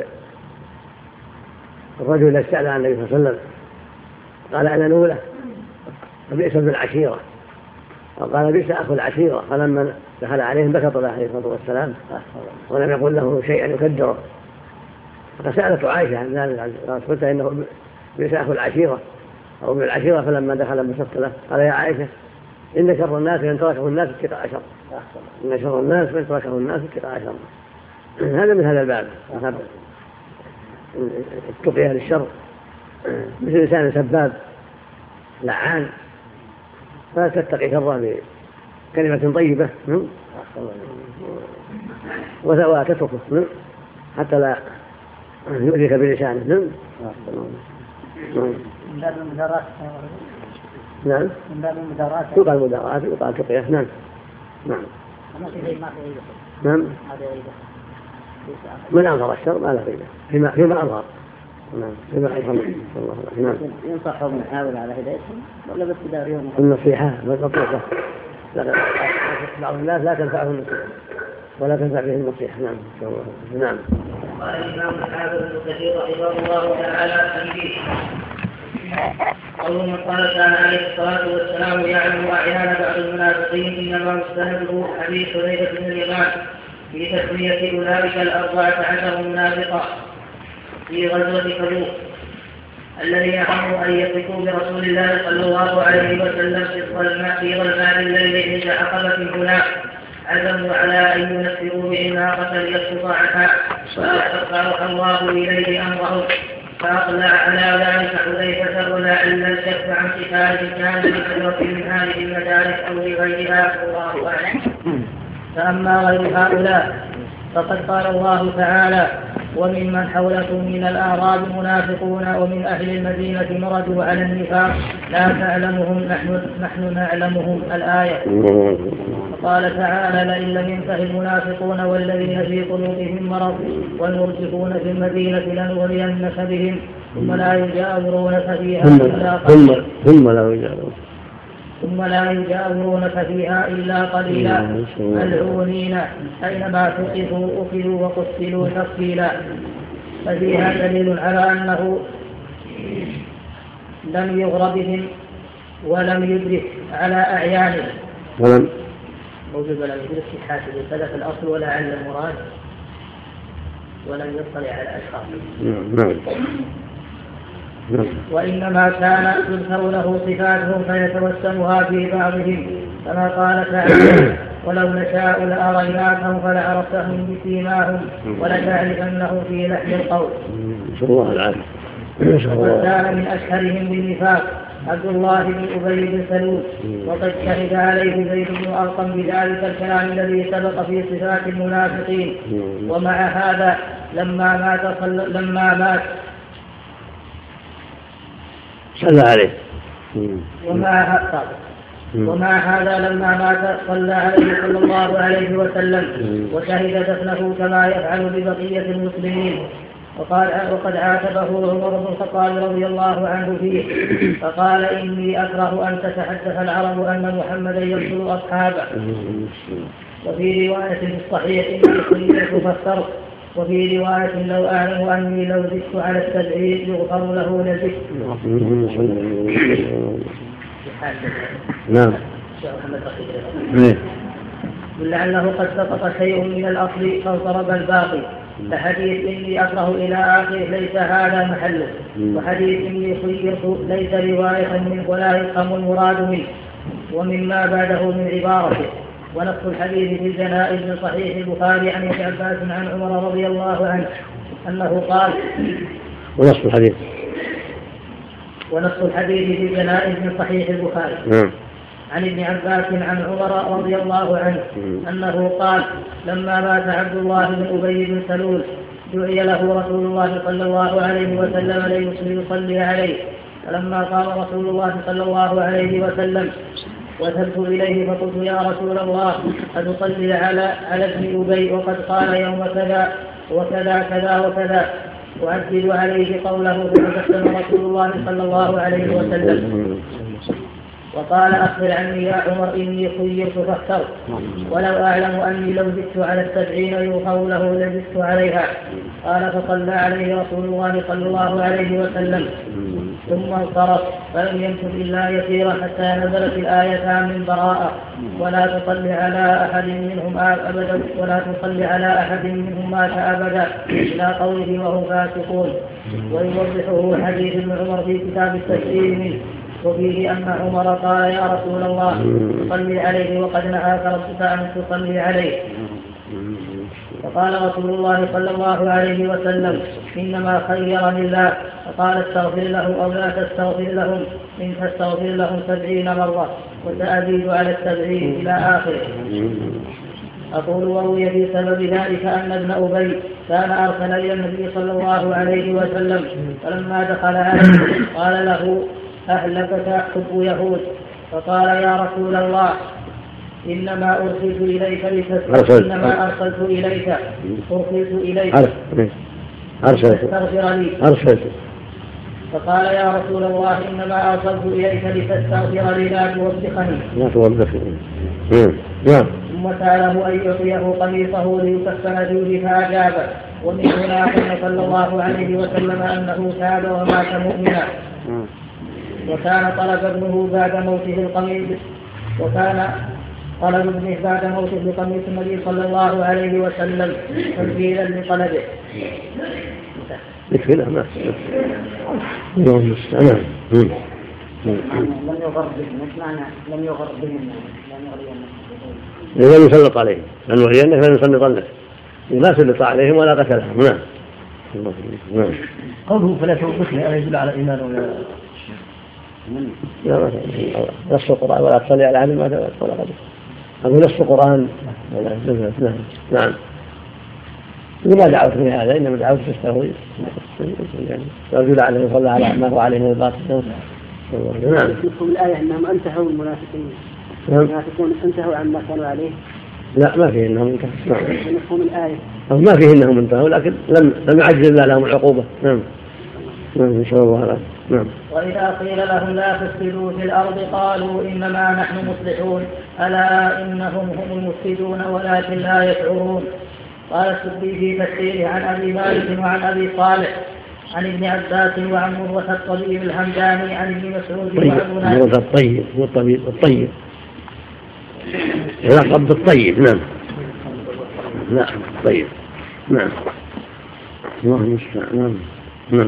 الرجل الذي استأذن عن النبي صلى الله عليه وسلم قال أنا نولة فبئس بالعشيرة وقال بئس أخو العشيرة فلما دخل عليهم بكت له عليه الصلاة والسلام ولم يقل له شيئا يكدره فسألت عائشة عن ذلك قلت إنه بئس أخو العشيرة أو ابن العشيرة فلما دخل بسطت له قال يا عائشة إن شر الناس من تركه الناس اتقاء شر إن شر الناس من تركه الناس اتقاء شر. هذا من هذا الباب التقية للشر مثل إنسان سباب لعان فلا تتقي شره بكلمة طيبة ولا تتركه حتى لا يؤذيك بلسانه. من باب المداراة. نعم من باب المداراة يقال مداراة يقال تقية. نعم نعم نعم من أظهر الشر ما له غيبة فيما فيما أظهر. نعم فيما أظهر الله. نعم ينصحهم نحاول على هدايتهم ولا بس داريهم النصيحة مطلوبة بعض الناس لا تنفعهم النصيحة ولا تنفع به النصيحة. نعم نعم. قال الإمام الحافظ ابن كثير رحمه الله تعالى تنبيه قول من قال كان عليه الصلاة والسلام يعلم أحيان بعض المنافقين إنما مستنده حديث حذيفة بن اليمان في تسمية أولئك الأربعة عشر منافقا في غزوة تبوك الذين هموا أن يثقوا برسول الله صلى الله عليه وسلم في ظلماء الليل عند عقبة هناك عزموا على أن ينفروا بعناقة ليسقط عنها فأوحى الله إليه أمرهم فأطلع على ذلك حذيفة ولعل الشك عن قتال كان بكثرة من هذه المدارس أو لغيرها والله أعلم. فأما غير هؤلاء فقد قال الله تعالى وممن حولكم من الأعراب منافقون ومن أهل المدينة مردوا على النفاق لا تعلمهم نحن, نحن نعلمهم الآية. وقال تعالى لئن لم ينته المنافقون والذين في قلوبهم مرض والمرجفون في المدينة لنغرينك بهم ثم لا يجاورونك فيها إلا قليلا ثم لا يجاورونك ثم لا يجاورونك فيها إلا قليلا ملعونين أينما ثقفوا أخذوا وقتلوا تقتيلا. ففيها دليل على أنه لم يغر بهم ولم يدرك على أعيانهم ولم موجود ولم يدرك في حاسب فلف الأصل ولعل المراد ولم يطلع على أشخاص. وإنما كان يذكر له صفاتهم فيتوسمها في بعضهم كما قال تعالى ولو نشاء لأريناكهم فلعرفتهم بسيماهم ولتعرفنهم في لحن القول. الله العافية. وكان من أشهرهم بالنفاق عبد الله بن أبي بن سلول وقد شهد عليه زيد بن أرقم بذلك الكلام الذي سبق في صفات المنافقين. ومع هذا لما مات لما مات صلى عليه ومع ومع هذا لما مات صلى عليه صلى الله عليه وسلم وشهد دفنه كما يفعل ببقية المسلمين وقال وقد عاتبه عمر بن الخطاب رضي الله عنه فيه فقال إني أكره أن تتحدث العرب أن محمدا يقتل أصحابه. وفي رواية في الصحيح إني خيرت فاخترت. وفي رواية لو أعلم أني لو زدت على التبعيد يغفر له لزدت. نعم. لعله قد سقط شيء من الأصل فاضطرب الباقي. فحديث إني أكره إلى آخره ليس هذا محله. وحديث إني خيرت ليس رواية منه ولا يفهم المراد منه ومما بعده من عبارته. ونص الحديث في الجنائز من صحيح البخاري عن ابن عباس عن عمر رضي الله عنه أنه قال ونص الحديث ونص الحديث في الجنائز من صحيح البخاري نعم. عن ابن عباس عن عمر رضي الله عنه أنه قال لما مات عبد الله بن أبي بن سلول دعي له رسول الله صلى الله عليه وسلم ليصلي عليه. فلما قام رسول الله صلى الله عليه وسلم وذهبت إليه فقلت يا رسول الله أتصلي على على ابن أبي وقد قال يوم كذا وكذا كذا وكذا وأكد عليه قوله. فتبسم رسول الله صلى الله عليه وسلم وقال أخبر عني يا عمر إني خيرت فاخترت ولو أعلم أني لو زدت على السبعين يوفر له لزدت عليها. قال فصلى عليه رسول الله صلى الله عليه وسلم ثم انصرف فلم يمكث إلا يسيرا حتى نزلت الآيتان من براءة ولا تصلي على أحد منهم أبدا ولا تصلي على أحد منهم مات أبدا إلى قوله وهم فاسقون. ويوضحه حديث ابن عمر في كتاب التفسير منه وفيه أن عمر قال يا رسول الله صلي عليه وقد نهاك ربك أن تصلي عليه. فقال رسول الله صلى الله عليه وسلم إنما خيرني الله فقال استغفر له أو لا تستغفر لهم إن تستغفر لهم سبعين مرة وسأزيد على السبعين إلى آخره. أقول وروي في سبب ذلك أن ابن أبي كان أرسل إلى النبي صلى الله عليه وسلم فلما دخل عليه قال له أهلكك حب يهود. فقال يا رسول الله إنما أرسلت إليك لتستغفر إنما أرسلت إليك أرسلت إليك لتستغفر لي. أرسلت. فقال يا رسول الله إنما أرسلت إليك لتستغفر لي لا توبخني. لا توبخني. نعم. ثم سأله أن يعطيه قميصه ليكفن فيه فأجابه. ومن هنا كان صلى الله عليه وسلم أنه تاب ومات مؤمنا. وكان طلب ابنه بعد موته القميص وكان طلب ابنه بعد موته بقميص النبي صلى الله عليه وسلم تنفيذا لطلبه. يكفي لا ما اللهم المستعان. لم يغر بهم ايش معنى لم يغر بهم لم يسلط عليهم لن يغرينك لن يسلطنك لا سلط عليهم ولا قتلهم. نعم. نعم. قوله فلا توبخني ألا يدل على إيمان ولا لا نص القرآن ولا تصلي على عالم ولا قدر. أقول نص القرآن نعم. نعم. وما دعوت في هذا إنما دعوت في التهويل يعني رجل عليه يصلى على ما هو عليه من الباطل. نعم. نفهم الآية أنهم انتهوا المنافقين. المنافقون انتهوا عما كانوا عليه. لا ما فيه إنهم انتهوا. نفهم الآية. ما فيه إنهم انتهوا لكن لم لم يعجل الله لهم العقوبة. نعم. نعم إن شاء الله. نعم. وإذا قيل لهم لا تفسدوا في الأرض قالوا إنما نحن مصلحون ألا إنهم هم المفسدون ولكن لا يشعرون. قال السدي في تفسيره عن أبي مالك وعن أبي صالح عن ابن عباس وعن مرة الطبيب الهمداني عن ابن مسعود وعن مرة الطيب والطبيب الطيب يلقب بالطيب. نعم. لا طيب. نعم. الله المستعان. نعم.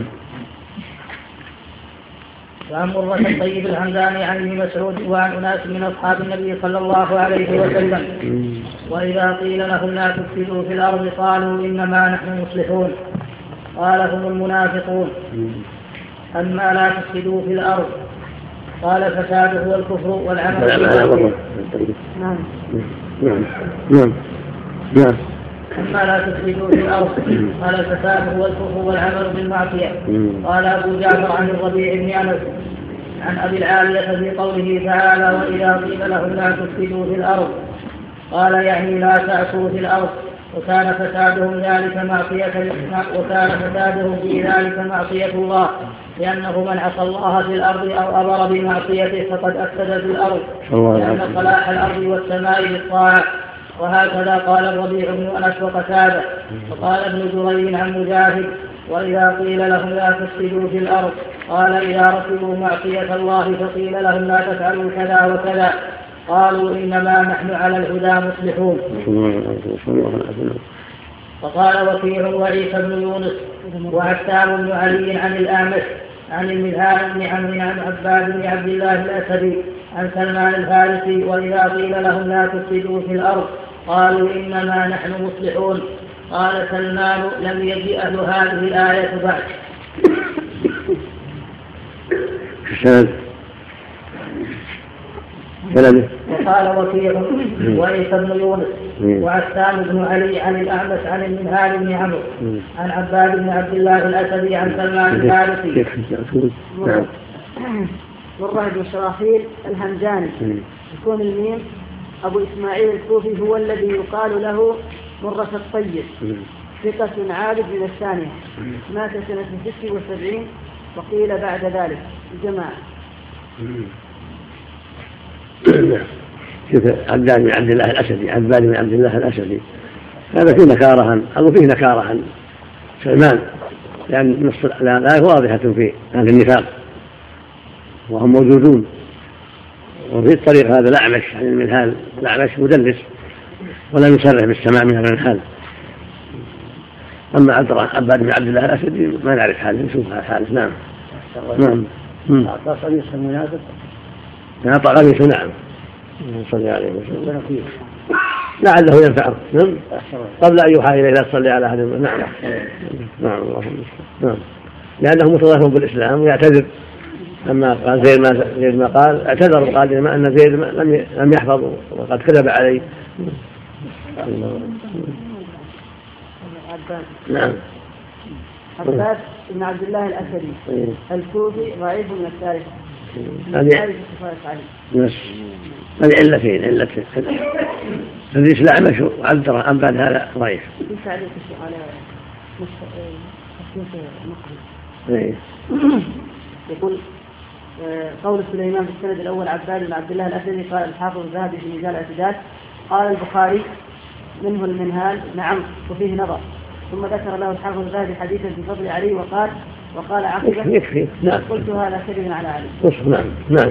وعن مرة الطيب الهمداني عن ابن مسعود وعن أناس من أصحاب النبي صلى الله عليه وسلم. وإذا قيل لهم لا تفسدوا في الأرض قالوا إنما نحن مصلحون قال هم المنافقون. أما لا تفسدوا في الأرض قال الفساد هو الكفر والعمل. نعم. نعم. نعم. نعم. أما لا تفسدوا في الأرض قال الفساد هو الكفر والعمل بالمعصية. قال أبو جعفر عن الربيع بن أنس عن أبي العالية في قوله تعالى وإذا قيل لهم لا تفسدوا في الأرض قال يعني لا تأسوا في الأرض وكان فسادهم ذلك معصية وكان فسادهم في ذلك معصية الله، لأنه من عصى الله في الأرض أو أمر بمعصيته فقد أفسد في الأرض، لأن صلاح الأرض والسماء بالطاعة. وهكذا قال الربيع بن أنس وقتادة. وقال ابن جريج عن مجاهد: وإذا قيل لهم لا تفسدوا في الأرض قال إذا ركبوا معصية الله فقيل لهم لا تفعلوا كذا وكذا قالوا إنما نحن على الهدى مصلحون. وقال وكيع وعيسى بن يونس وعتاب بن علي عن الأعمش عن المذهاب بن عمرو عن عباد بن عبد الله الأسدي عن سلمان الفارسي: وإذا قيل لهم لا تفسدوا في الأرض قالوا إنما نحن مصلحون. قال سلمان: لم يجئ أهل هذه الآية بعد. وقال وكيع وعيسى بن يونس وعسام بن علي عن الأعمش عن المنهال بن عمرو عن عباد بن عبد الله الأسدي عن سلمان الفارسي. مرة بن شراحيل الهمداني يكون الميم. أبو إسماعيل الكوفي هو الذي يقال له مرة الطيب، ثقة عابد من الثانية، مات سنة ست وسبعين وقيل بعد ذلك الجماعة. شوف عباد بن عبد الله الأسدي، عباد بن عبد الله الأسدي هذا فيه نكارة أو فيه نكارة عن سلمان، لأن لا واضحة في أهل النفاق وهم موجودون. وفي الطريق هذا الأعمش عن المنهال، الأعمش مدلس ولا يصرح بالسماع من المنهال. أما عباد بن عبد الله الأسدي ما نعرف حاله، نشوف حاله. نعم نعم أعطى قميص المنافق، أعطى قميص. نعم صلى عليه وسلم لعله ينفعه. نعم قبل أن يوحى إليه لا تصلي على أحد. نعم نعم اللهم نعم لأنه متظاهر بالإسلام ويعتذر. أما قال زيد ما زيد ما قال اعتذر وقال لما أن زيد لم لم يحفظ وقد كذب عليه. نعم عباس بن عبد الله الأسدي الكوفي ضعيف من الثالث. هذه علتين، علتين حديث الأعمش وعبد عباد هذا ضعيف. يقول قول سليمان في السند الأول عباد بن عبد الله الأسدي قال الحافظ الذهبي في ميزان الاعتدال. قال البخاري منه المنهال نعم وفيه نظر. ثم ذكر له الحافظ الذهبي حديثا في فضل علي وقال وقال عقبه نعم. قلت هذا كذب على علي. نعم نعم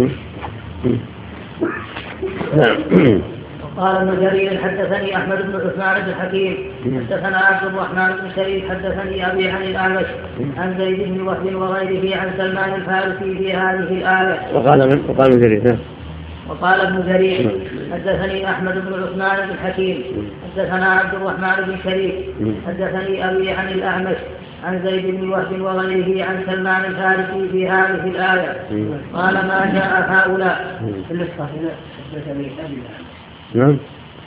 نعم. قال ابن جرير حدثني أحمد بن عثمان بن حكيم حدثنا عبد الرحمن بن شريف حدثني أبي عن الأعمش عن زيد بن وهب وغيره عن سلمان الفارسي في هذه الآية. وقال من وقال ابن جرير وقال ابن جرير حدثني أحمد بن عثمان بن حكيم حدثنا عبد الرحمن بن شريف حدثني أبي عن الأعمش عن زيد بن وهب وغيره عن سلمان الفارسي في هذه الآية. قال ما جاء هؤلاء في النسخة حدثني أبي نعم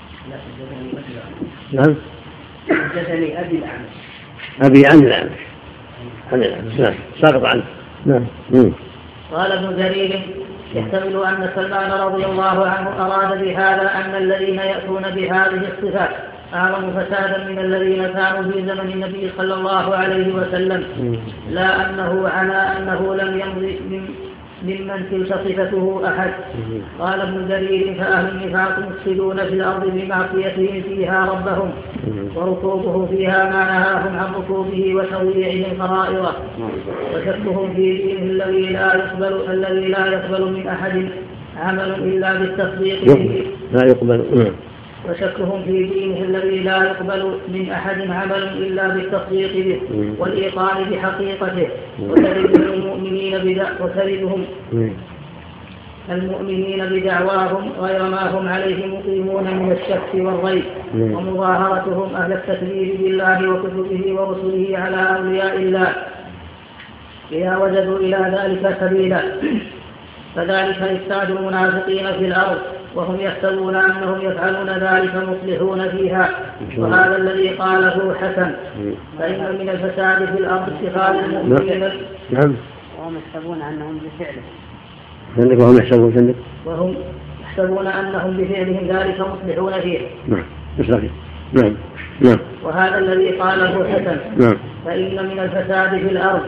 نعم حدثني أبي الأعمش أبي عن الأعمش عن الأعمش نعم ساقط عنه. نعم. قال ابن جرير يحتمل أن سلمان رضي الله عنه أراد بهذا أن الذين يأتون بهذه الصفات أعظم فسادا من الذين كانوا في زمن النبي صلى الله عليه وسلم، لا أنه على أنه لم يمضي من ممن تلك صفته أحد. قال ابن جرير فأهل النفاق مفسدون في الأرض بمعصيتهم فيها ربهم وركوبه فيها ما نهاهم عن ركوبه وتضييعهم فرائضه وشكهم في دينه الذي لا يقبل الذي لا يقبل من أحد عمل إلا بالتصديق به لا يقبل وشكهم في دينه الذي لا يقبل من أحد عمل إلا بالتصديق به والإيقان بحقيقته وتردهم المؤمنين بدع وتردهم المؤمنين بدعواهم غير ما هم عليه مقيمون من الشك والريب ومظاهرتهم أهل التكذيب بالله وكتبه ورسله على أولياء الله إذا وجدوا إلى ذلك سبيلا. فذلك إفساد المنافقين في الأرض وهم يحسبون أنهم يفعلون ذلك مصلحون فيها، وهذا الذي قاله حسن فإن من الفساد في الأرض اتخاذ المؤمنين نعم وهم يحسبون أنهم بفعله عندك وهم يحسبون عندك وهم يحسبون أنهم بفعلهم ذلك مصلحون فيه. نعم نعم نعم. وهذا الذي قاله حسن. نعم. فإن من الفساد في الأرض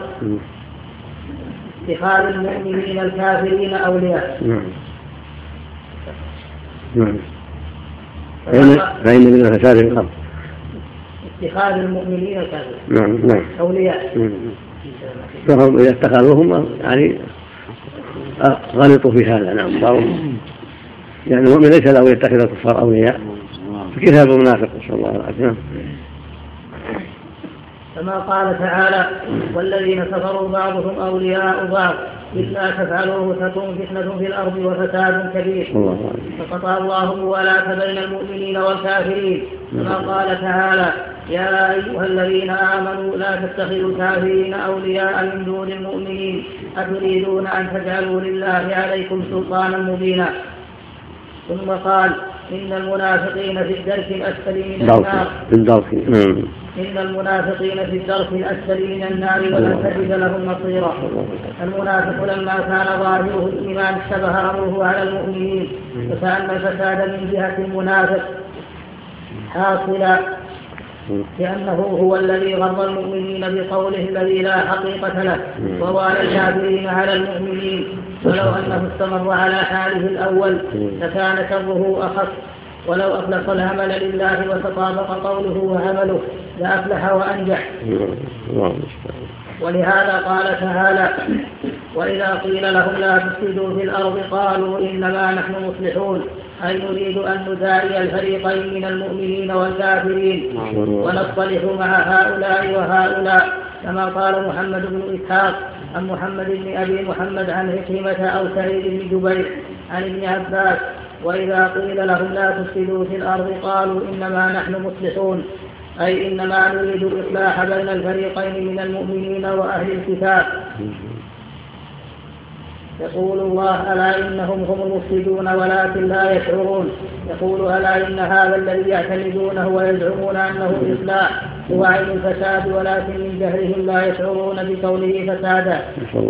اتخاذ المؤمنين الكافرين أولياء. نعم. نعم. فإن من الفساد في الأرض اتخاذ المؤمنين الكافرين نعم نعم أولياء. فهم إذا اتخذوهم يعني غلطوا في هذا. نعم. صاروا يعني المؤمن ليس له يتخذ الكفار أولياء فكذا المنافق نسأل الله العافية. كما قال تعالى والذين كفروا بعضهم أولياء بعض إلا تفعلوه تكون فتنة في الأرض وفساد كبير. فقطع الله الموالاة بين المؤمنين والكافرين كما قال تعالى يا أيها الذين آمنوا لا تتخذوا الكافرين أولياء من دون المؤمنين أتريدون أن تجعلوا لله عليكم سلطانا مبينا. ثم قال إن المنافقين في الدرك الأسفل من النار إن المنافقين في الدرك الأسفل من النار ولن تجد لهم نصيرا. المنافق لما كان ظاهره الإيمان اشتبه أمره على المؤمنين وكأن الفساد من جهة المنافق حاصلا لأنه هو الذي غر المؤمنين بقوله الذي لا حقيقة له ووالى الكافرين على المؤمنين ولو أنه استمر على حاله الأول لكان شره أخف ولو أخلص العمل لله وتطابق قوله وعمله لأفلح وأنجح. ولهذا قال تعالى وإذا قيل لهم لا تفسدوا في الأرض قالوا إنما نحن مصلحون أي نريد أن نداري الفريقين من المؤمنين والكافرين ونصطلح مع هؤلاء وهؤلاء كما قال محمد بن إسحاق عن محمد بن أبي محمد عن عكرمة أو سعيد بن جبير عن ابن عباس وإذا قيل لهم لا تفسدوا في الأرض قالوا إنما نحن مصلحون أي إنما نريد الإصلاح بين الفريقين من المؤمنين وأهل الكتاب. يقول الله ألا إنهم هم المفسدون ولكن لا يشعرون. يقول ألا إن هذا الذي يعتمدونه ويزعمون أنه الإصلاح هو عين الفساد ولكن من جهلهم لا يشعرون بكونه فسادا.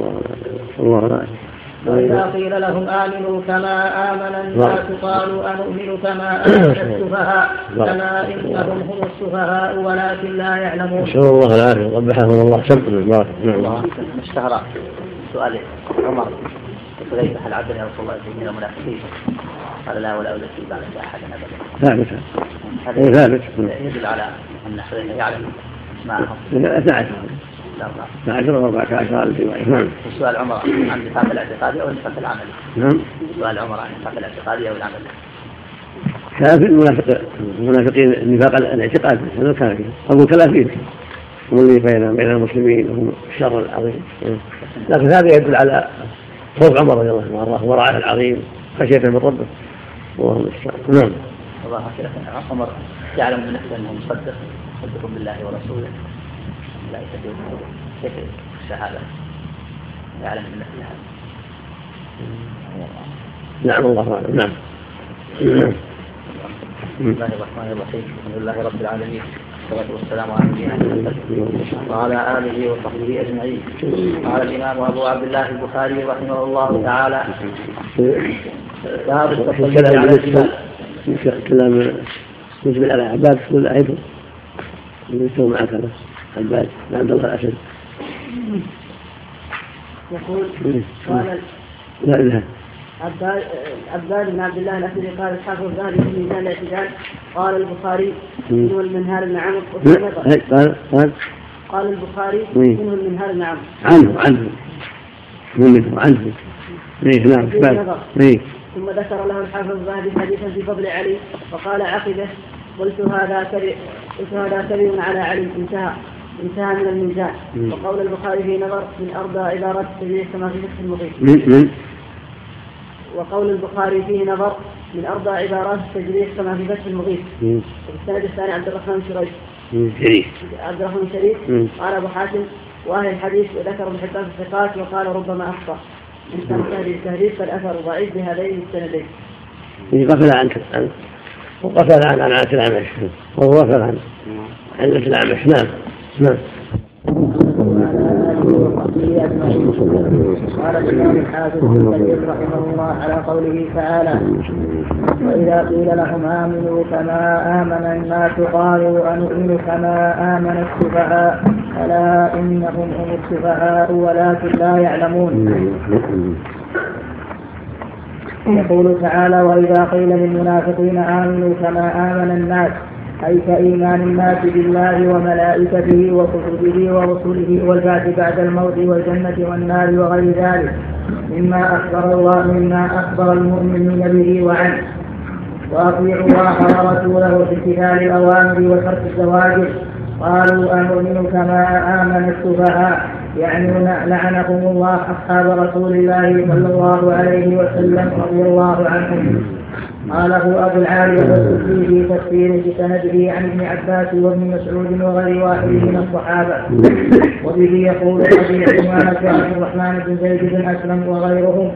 وإذا قيل لهم آمنوا كما آمن الناس قالوا أنؤمن كما آمن السفهاء كما إنهم هم السفهاء ولكن لا يعلمون. نسأل الله العافية قبحهم الله سبحانه الله. اشتهر سؤال عمر حذيفة هل عبد يا رسول الله من المنافقين قال لا ولا أولئك بعد أحد أبدا. ثابت هذا ثابت يدل على أن حذيفة يعلم معهم. اثنا عشر اثنا عشر وأربعة عشر نعم. سؤال عمر عن النفاق الاعتقادي أو النفاق العملي؟ نعم. سؤال عمر عن النفاق الاعتقادي أو العملي؟ كافر المنافق المنافقين النفاق الاعتقادي هذا كافر أبو كلافين هم اللي بين بين المسلمين وهم الشر العظيم. لكن هذا يدل على خوف عمر رضي الله عنه ورعاه العظيم خشية من ربه اللهم المستعان. نعم. الله أكبر. عمر يعلم بنفسه أنه مصدق مصدق بالله ورسوله لا يستطيع كيف الشهادة يعلم بنفسه هذا. نعم الله أعلم. نعم. بسم الله الرحمن الرحيم الحمد لله رب العالمين والصلاة والسلام على نبينا محمد وعلى آله وصحبه أجمعين. قال الإمام أبو عبد الله البخاري رحمه الله تعالى باب التصديق على الجبال. كلام يجب على عباد كل أيضا يسوي معك هذا عباد عبد الله الأسد يقول قال لا لا عباد بن عبد الله الأسدي قال الحافظ الذهبي في ميزان الاعتدال قال البخاري منه المنهار بن عمرو قال قال قال البخاري منه المنهار بن عمرو عنه عنه منه عنه ايه نعم ايه. ثم ذكر له الحافظ الذهبي حديثا في فضل علي وقال عقبه قلت هذا كبير قلت هذا كبير على علي انتهى انتهى من الميزان. وقول البخاري في نظر من أرضى عبارات التجريح كما في فتح المغيث. وقول البخاري فيه نظر من أرضى عبارات التجريح كما في فتح المغيث. والسند الثاني عبد الرحمن شريف عبد الرحمن شريف قال أبو حاتم وأهل الحديث وذكر ابن حبان في الثقات وقال ربما أخطأ إن كان هذه التهذيب فالأثر ضعيف بهذين السندين. قفل عن وقفل عن عن عن العمش وهو قفل عن علة العمش. نعم نعم. وصحبه أجمعين. قال الإمام الحافظ ابن كثير رحمه الله على قوله تعالى: وإذا قيل لهم آمنوا كما آمن الناس قالوا أنؤمن كما آمن السفهاء ألا إنهم هم السفهاء ولكن لا يعلمون. يقول تعالى: وإذا قيل للمنافقين آمنوا كما آمن الناس، أي كإيمان الناس بالله وملائكته وكتبه ورسله والبعث بعد الموت والجنة والنار وغير ذلك مما أخبر الله مما أخبر المؤمنين به وعنه، وأطيعوا الله ورسوله في امتثال الأوامر وترك الزواجر، قالوا أنؤمن كما آمن السفهاء، يعني لعنهم الله أصحاب رسول الله صلى الله عليه وسلم رضي الله عنهم. قاله أبو العالية والسدي في تفسير بسنده عن ابن عباس وابن مسعود وغير واحد من الصحابة، وبه يقول أبي عمامة عبد الرحمن بن زيد بن أسلم وغيرهم،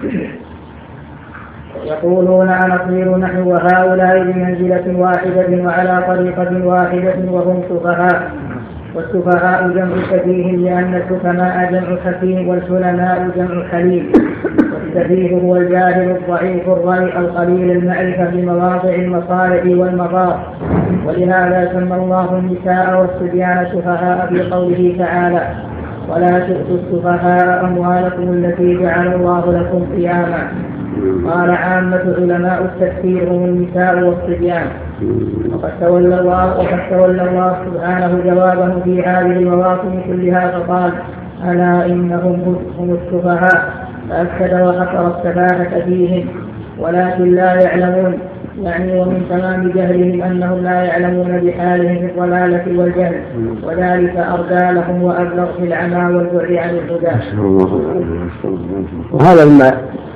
يقولون أنصير نحن وهؤلاء بمنزلة واحدة وعلى طريقة واحدة وهم سفهاء، والسفهاء جمع سفيه لأن الحكماء جمع حكيم والحلماء جمع حليم، والسفيه هو الجاهل الضعيف الرأي القليل المعرفة بمواضع المصالح والمضار، ولهذا سمى الله النساء والصبيان سفهاء في قوله تعالى: ولا تؤتوا السفهاء أموالكم التي جعل الله لكم قياما. قال عامة علماء التفسير هم النساء والصبيان. وقد تولى الله وقد تولى الله سبحانه جوابه في هذه المواطن كلها فقال: ألا إنهم هم السفهاء، فأكد وحصر السفاهة فيهم ولكن لا يعلمون، يعني ومن تمام جهلهم أنهم لا يعلمون بحالهم في الضلالة والجهل، وذلك أردى لهم وأبلغ في العمى والبعد عن الهدى. وهذا مما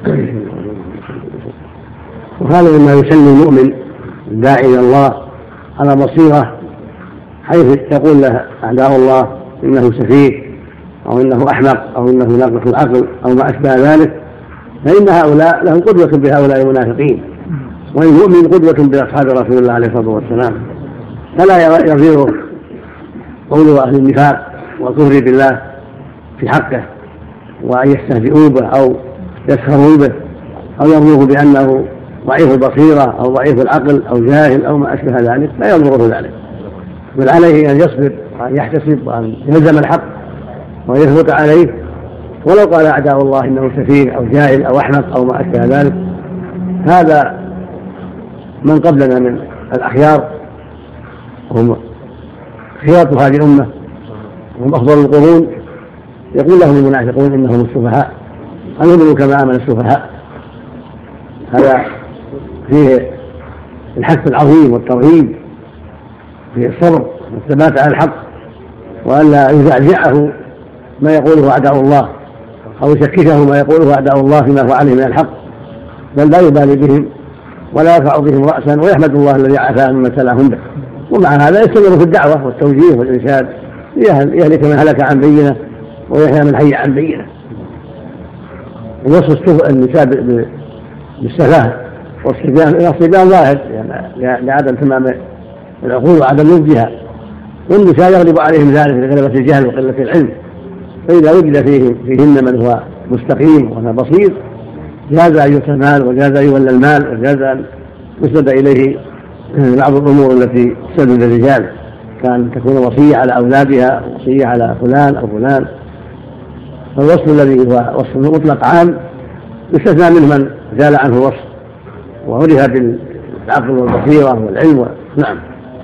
وهذا مما يسمي المؤمن الداعي إلى الله على بصيرة، حيث يقول له أعداء الله إنه سفيه أو إنه أحمق أو إنه ناقص العقل أو ما أشبه ذلك، فإن هؤلاء لهم قدوة بهؤلاء المنافقين، والمؤمن قدوة بأصحاب رسول الله عليه الصلاة والسلام، فلا يغير قول أهل النفاق والكفر بالله في حقه وأن يستهزئوا به أو يسخروا به أو يرموه بأنه ضعيف البصيرة أو ضعيف العقل أو جاهل أو ما أشبه ذلك، لا يضره ذلك، بل عليه أن يصبر وأن يحتسب وأن يلزم الحق ويثبت عليه، ولو قال أعداء الله إنه سفيه أو جاهل أو أحمق أو ما أشبه ذلك. هذا من قبلنا من الأخيار هم خيارة هذه الأمة هم أفضل القرون، يقول لهم المنافقون إنهم السفهاء، أنؤمن كما آمن السفهاء. هذا فيه الحث العظيم والترغيب في الصبر والثبات على الحق، وألا يزعزعه ما يقوله أعداء الله أو يشككه ما يقوله أعداء الله فيما هو عليه من الحق، بل لا يبالي بهم ولا يرفع بهم رأسا، ويحمد الله الذي عافاه مما ابتلاهم به. ومع هذا يستمر في الدعوة والتوجيه والإرشاد يهلك من هلك عن بينه ويحيى من حي عن بينه. ووصف النساء بالسفاهة والصبيان إلى الصبيان ظاهر يعني لعدم تمام العقول وعدم نضجها، والنساء يغلب عليهم ذلك لغلبة الجهل وقلة العلم، فإذا وجد فيهم فيهن من هو مستقيم وهو بصير جاز أن يؤتى المال وجاز أن يولى المال وجاز أن يسند إليه بعض الأمور التي تسند الرجال، كان تكون وصية على أولادها وصية على فلان أو فلان. فالوصف الذي هو وصف مطلق عام يستثنى منه من زال عنه وصف وعرف بالعقل والبصيرة والعلم. نعم.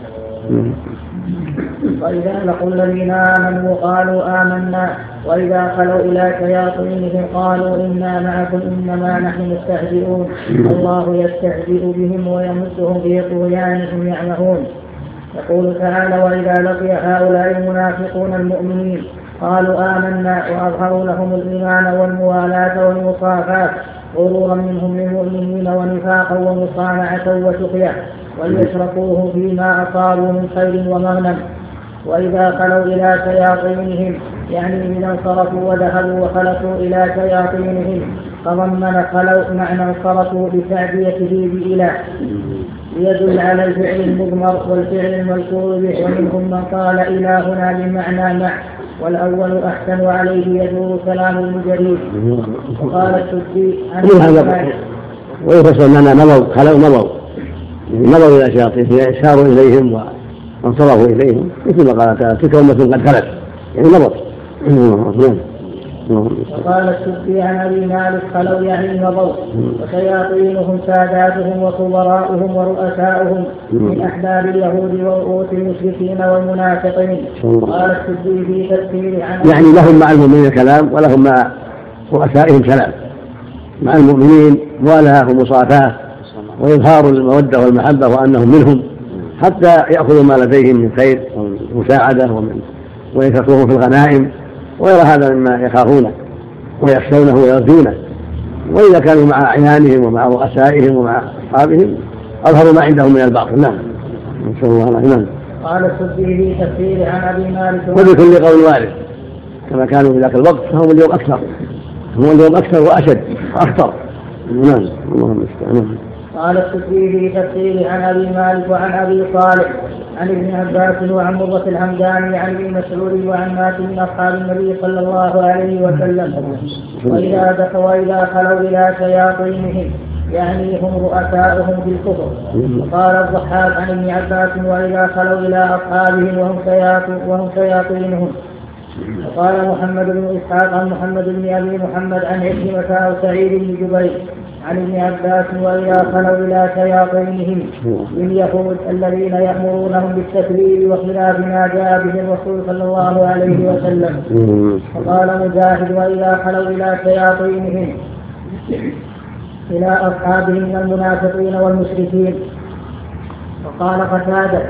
وإذا لقوا الذين آمنوا قالوا آمنا وإذا خلوا إلى شياطينهم قالوا إنا معكم إنما نحن مستهزئون الله يستهزئ بهم ويمسهم في طغيانهم يعمهون. يقول تعالى: وإذا لقي هؤلاء المنافقون المؤمنين قالوا آمنا وأظهروا لهم الإيمان والموالاة والمصافات غرورا منهم للمؤمنين ونفاقا ومصانعة وسخية وليشركوه فيما أصابوا من خير ومغنم. وإذا خلوا إلى شياطينهم يعني إذا انصرفوا وذهبوا وخلصوا إلى شياطينهم فضمن خلوا معنى انصرفوا بتعديته بإله ليدل على الفعل المضمر والفعل المذكور به، ومنهم من قال إلهنا بمعنى مع والأول أحسن وعليه يدور كلام المجرد. وقال السدي عن ويفسر أننا مضوا خلوا مضوا مضوا إلى شياطين ساروا إليهم وانصرفوا إليهم مثل ما قال تعالى تلك أمة قد خلت يعني مضت. وقال السدي عن أبي مالك خلوا يعني مضوا وشياطينهم ساداتهم وكبراؤهم ورؤساؤهم من أحباب اليهود ورؤوس المشركين والمنافقين. قال السدي في تفسير عن يعني لهم مع المؤمنين كلام ولهم مع رؤسائهم كلام. مع المؤمنين موالاة ومصافاة وإظهار المودة والمحبة وأنهم منهم حتى يأخذوا ما لديهم من خير ومساعدة ومن وينفقوه في الغنائم وغير هذا مما يخافونه ويخشونه ويرجونه. وإذا كانوا مع أعيانهم ومع رؤسائهم ومع أصحابهم أظهروا ما عندهم من الباطل. نعم نسأل الله العافية. قال السدي في تفسير عن أبي مالك وبكل قول وارد كما كانوا في ذاك الوقت فهم اليوم أكثر هم اليوم أكثر وأشد وأخطر. نعم اللهم استعان. قال السدي في تفسير عن أبي مالك وعن أبي صالح عن ابن عباس وعن مرة الحمداني عن ابن مسعود وعن ناس من أصحاب النبي صلى الله عليه وسلم وإذا دخلوا وإذا خلوا إلى شياطينهم يعني هم رؤساؤهم في الكفر. وقال الضحاك عن ابن عباس وإذا خلوا إلى أصحابهم وهم وهم شياطينهم. وقال محمد بن إسحاق عن محمد بن أبي محمد عن عكرمة أو سعيد بن جبير عن ابن عباس وإذا خلوا إلى شياطينهم من يهود الذين يأمرونهم بالتكذيب وخلاف ما جاء به الرسول صلى الله عليه وسلم. وقال مجاهد وإذا خلوا إلى شياطينهم إلى أصحابهم من المنافقين والمشركين. وقال قتادة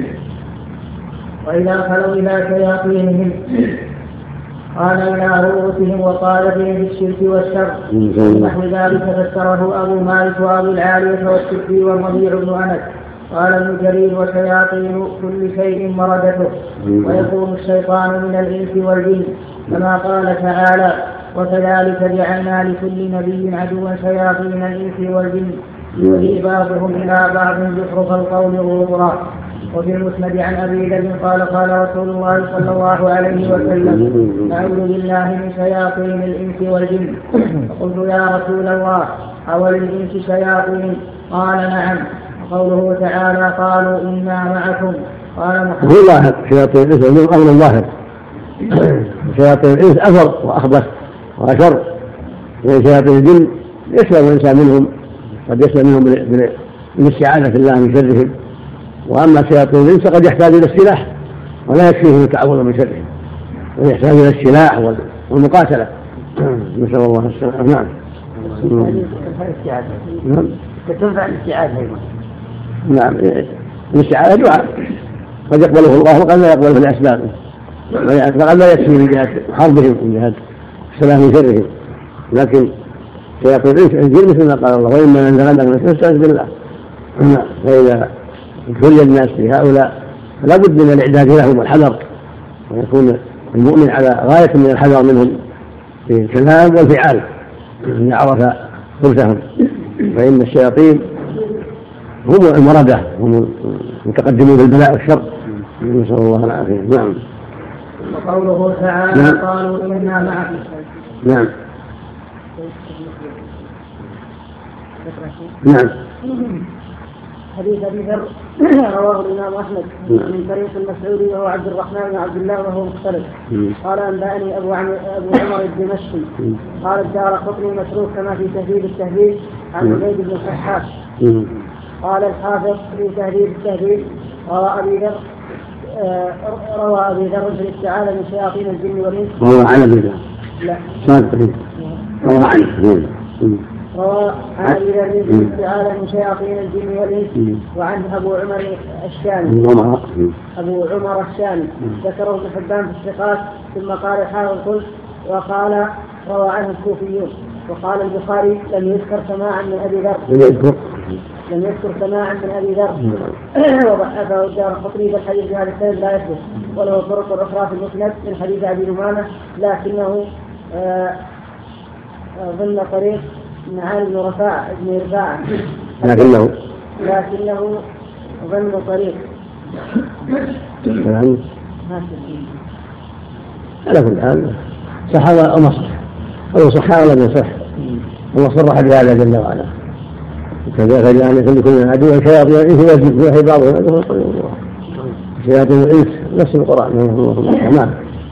وإذا خلوا إلى شياطينهم قال إلى رؤوسهم وقال فيهم بالشرك والشر. نحو ذلك فسره أبو مالك وأبو العالية والسدي والربيع بن أنس. قال ابن جرير وشياطين كل شيء مردته ويكون الشيطان من الإنس والجن كما قال تعالى وكذلك جعلنا لكل نبي عدوا شياطين الإنس والجن يوحي بعضهم إلى بعض زخرف القول غرورا. وفي المسند عن أبي ذر قال قال رسول الله صلى الله عليه وسلم نعوذ بالله من شياطين الإنس والجن. فقلت يا رسول الله أوللإنس شياطين؟ قال نعم. وقوله تعالى قالوا إنا معكم قال محمد هو ظاهر شياطين الإنس والجن أمر ظاهر. شياطين الإنس أثر وأخبث وأشر وشياطين الجن يسلم الإنسان منهم قد يسلم منهم بالاستعاذة بالله من شرهم. وأما شياطين الإنس قد يحتاج إلى السلاح ولا يكفيه التعوذ من شرهم ويحتاج إلى السلاح والمقاتلة. نسأل الله السلامة. نعم. نعم. تنفع الاستعاذة أيضا. نعم الاستعاذة دعاء قد يقبله الله وقد لا يقبله لأسبابه فقد لا يكفي من جهة حربهم من جهة السلام من شرهم. لكن شياطين الإنس الجن مثل ما قال الله وإما نزغنك من فاستعذ بالله. فإذا ابتلي الناس بهؤلاء فلا بد من الإعداد لهم والحذر ويكون المؤمن على غاية من الحذر منهم في الكلام والفعال إذا عرف خبثهم. فإن الشياطين هم المردة هم المتقدمون بالبلاء والشر. نسأل الله العافية. نعم. وقوله تعالى نعم. قالوا إنا معكم. نعم. نعم. حديث أبي ذر رواه الإمام أحمد من طريق المسعودي وهو عبد الرحمن بن عبد الله وهو مختلف. قال أنبأني أبو عمر الدمشقي قال الدارقطني متروك كما في تهذيب التهذيب عن عبيد بن الصحاح. قال الحافظ في تهذيب التهذيب روى أبي ذر روى أبي ذر في الاستعاذة من شياطين الجن والإنس. روى عن أبي ذر. لا. روى عنه. روى عن أبي ذر في الاستعاذة من شياطين الجن والإنس. وعن أبو عمر الشامي. أبو عمر الشامي ذكره ابن حبان في الثقات ثم قال الحافظ قلت وقال روى عنه الكوفيون. وقال البخاري لم يذكر سماعا من أبي ذر. لم يذكر سماعا من أبي ذر. وضعفه الدارقطني بالحديث بهذا السند لا يثبت وله طرق أخرى في المسند من حديث أبي أمامة لكنه ضمن طريق معاذ بن رفاعة بن رفاعة لكنه لكنه ضمن طريق على كل حال صح أو ما صح أو صح ولا ما صح الله صرح بهذا جل وعلا كذلك أن يكون لكل عدو شياطين الإنس يوحي بعضهم إلى بعض شياطين الإنس نفس القرآن. نعم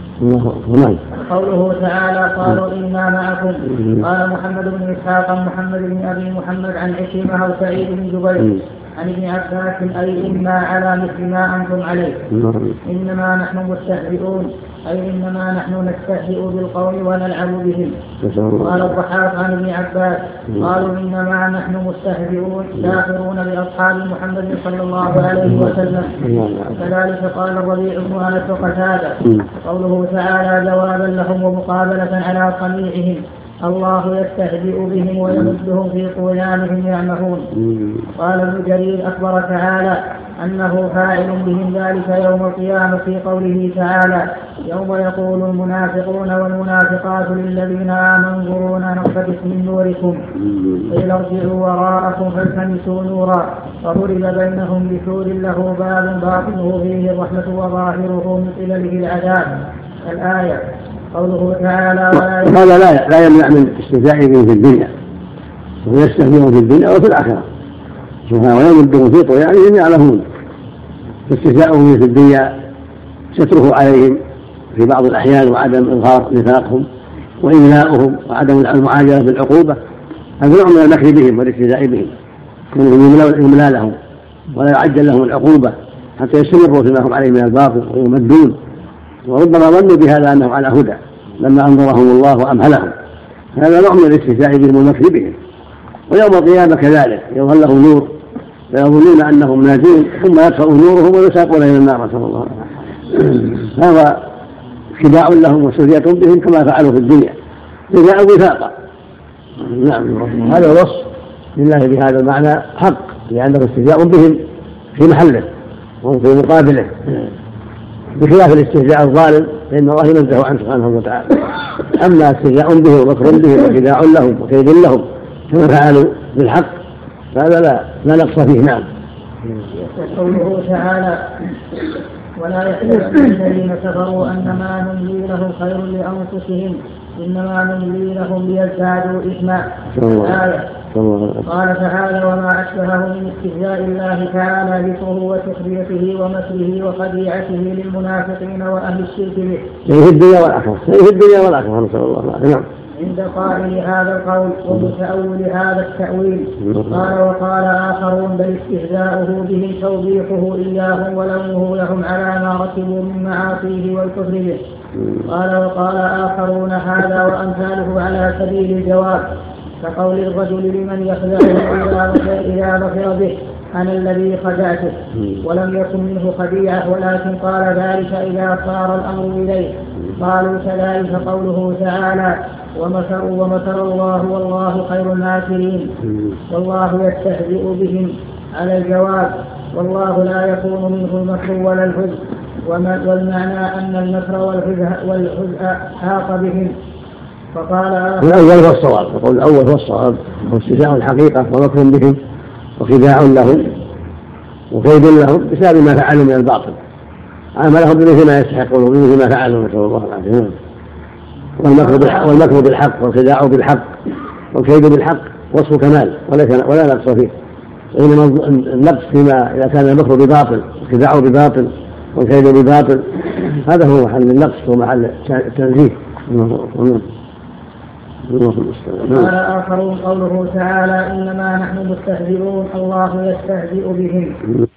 نعم. قوله تعالى قالوا إنا معكم. قال محمد بن إسحاق عن محمد بن أبي محمد عن عكرمة وسعيد بن جبير عن ابن عباس أي إنا على مثل ما أنتم عليه إنما نحن مستهزئون أي إنما نحن نستهزئ بالقوم ونلعب بهم. قال الضحاك عن ابن عباس قالوا إنما نحن مستهزئون ساخرون بأصحاب محمد صلى الله عليه وسلم. كذلك قال الربيع بن أنس وقتادة قوله تعالى جوابا لهم ومقابلة على صنيعهم الله يستهزئ بهم ويمدهم في طغيانهم يعمهون. قال ابن جرير أخبر تعالى أنه فاعل بهم ذلك يوم القيامة في قوله تعالى يوم يقول المنافقون والمنافقات للذين آمنوا انظرونا نقتبس من نوركم قيل ارجعوا وراءكم فالتمسوا نورا وضرب بينهم بسور له باب باطنه فيه الرحمة وظاهره من قبله العذاب. الآية. قوله تعالى هذا لا لا يمنع من استهزائهم في الدنيا ويستهزئون في الدنيا وفي الآخرة سبحانه ويمدهم في طغيانهم يعلمون. فاستهزاؤهم في الدنيا ستره عليهم في بعض الأحيان وعدم إظهار نفاقهم وإملاؤهم وعدم المعاجلة بالعقوبة هذا نوع من المكر بهم والاستهزاء بهم كونهم يملا لهم ولا يعجل لهم العقوبة حتى يستمروا فيما هم عليه من الباطل ويمدون وربما ظنوا بهذا أنهم على هدى لما أنظرهم الله وأمهلهم. هذا نوع من الاستهزاء بهم والمكر بهم. ويوم القيامة كذلك يظهر لهم نور فيظنون أنهم ناجون ثم يطفأ نورهم ويساقون إلى النار نسأل الله العافية. هذا خداع لهم وسرية بهم كما فعلوا في الدنيا جزاء وفاقا. نعم. هذا الوصف لله بهذا المعنى حق لأنه استهزاء بهم في محله وهم في مقابله بخلاف الاستهزاء الظالم فإن الله ينزه عنه سبحانه وتعالى. أما استهزاء به ومكر به وخداع لهم وكيد لهم كما فعلوا بالحق فهذا لا لا نقص فيه. نعم. قوله تعالى ولا يحسبن الذين كفروا أنما نملي لهم خير لأنفسهم إنما نملي لهم ليزدادوا إثما. الآية. قال تعالى وما أشبهه من استهزاء الله تعالى ذكره وتخريته ومكره وخديعته للمنافقين وأهل الشرك به في الدنيا والآخرة في الدنيا والآخرة نسأل الله العافية. عند قائل هذا القول ومتأول هذا التأويل. قال وقال آخرون بل استهزاؤه بهم توبيخه إياهم ولومه لهم على ما ركبوا من معاصيه والكفر به. قال وقال آخرون هذا وأمثاله على سبيل الجواب كقول الرجل لمن يخدعه إذا ظفر به أنا الذي خدعته ولم يكن منه خديعة ولكن قال ذلك إذا صار الأمر إليه. قالوا كذلك قوله تعالى ومكروا ومكر الله والله خير الماكرين والله يستهزئ بهم على الجواب والله لا يكون منه المكر ولا الحزن والمعنى أن المكر والحزن حاق بهم. فقال الأول هو الصواب يقول الأول هو الصواب هو استهزاء الحقيقة ومكر بهم وخداع لهم وكيد لهم بسبب ما فعلوا من الباطل عاملهم بمثل ما يستحقون بمثل ما فعلوا نسأل الله العافية. والمكر بالحق والخداع بالحق والكيد بالحق وصف كمال ولا نقص فيه. إنما النقص فيما إذا كان المكر بباطل والخداع بباطل والكيد بباطل هذا هو محل النقص ومحل التنزيه. قال آخرون قوله تعالى إنما نحن مستهزئون الله يستهزئ بهم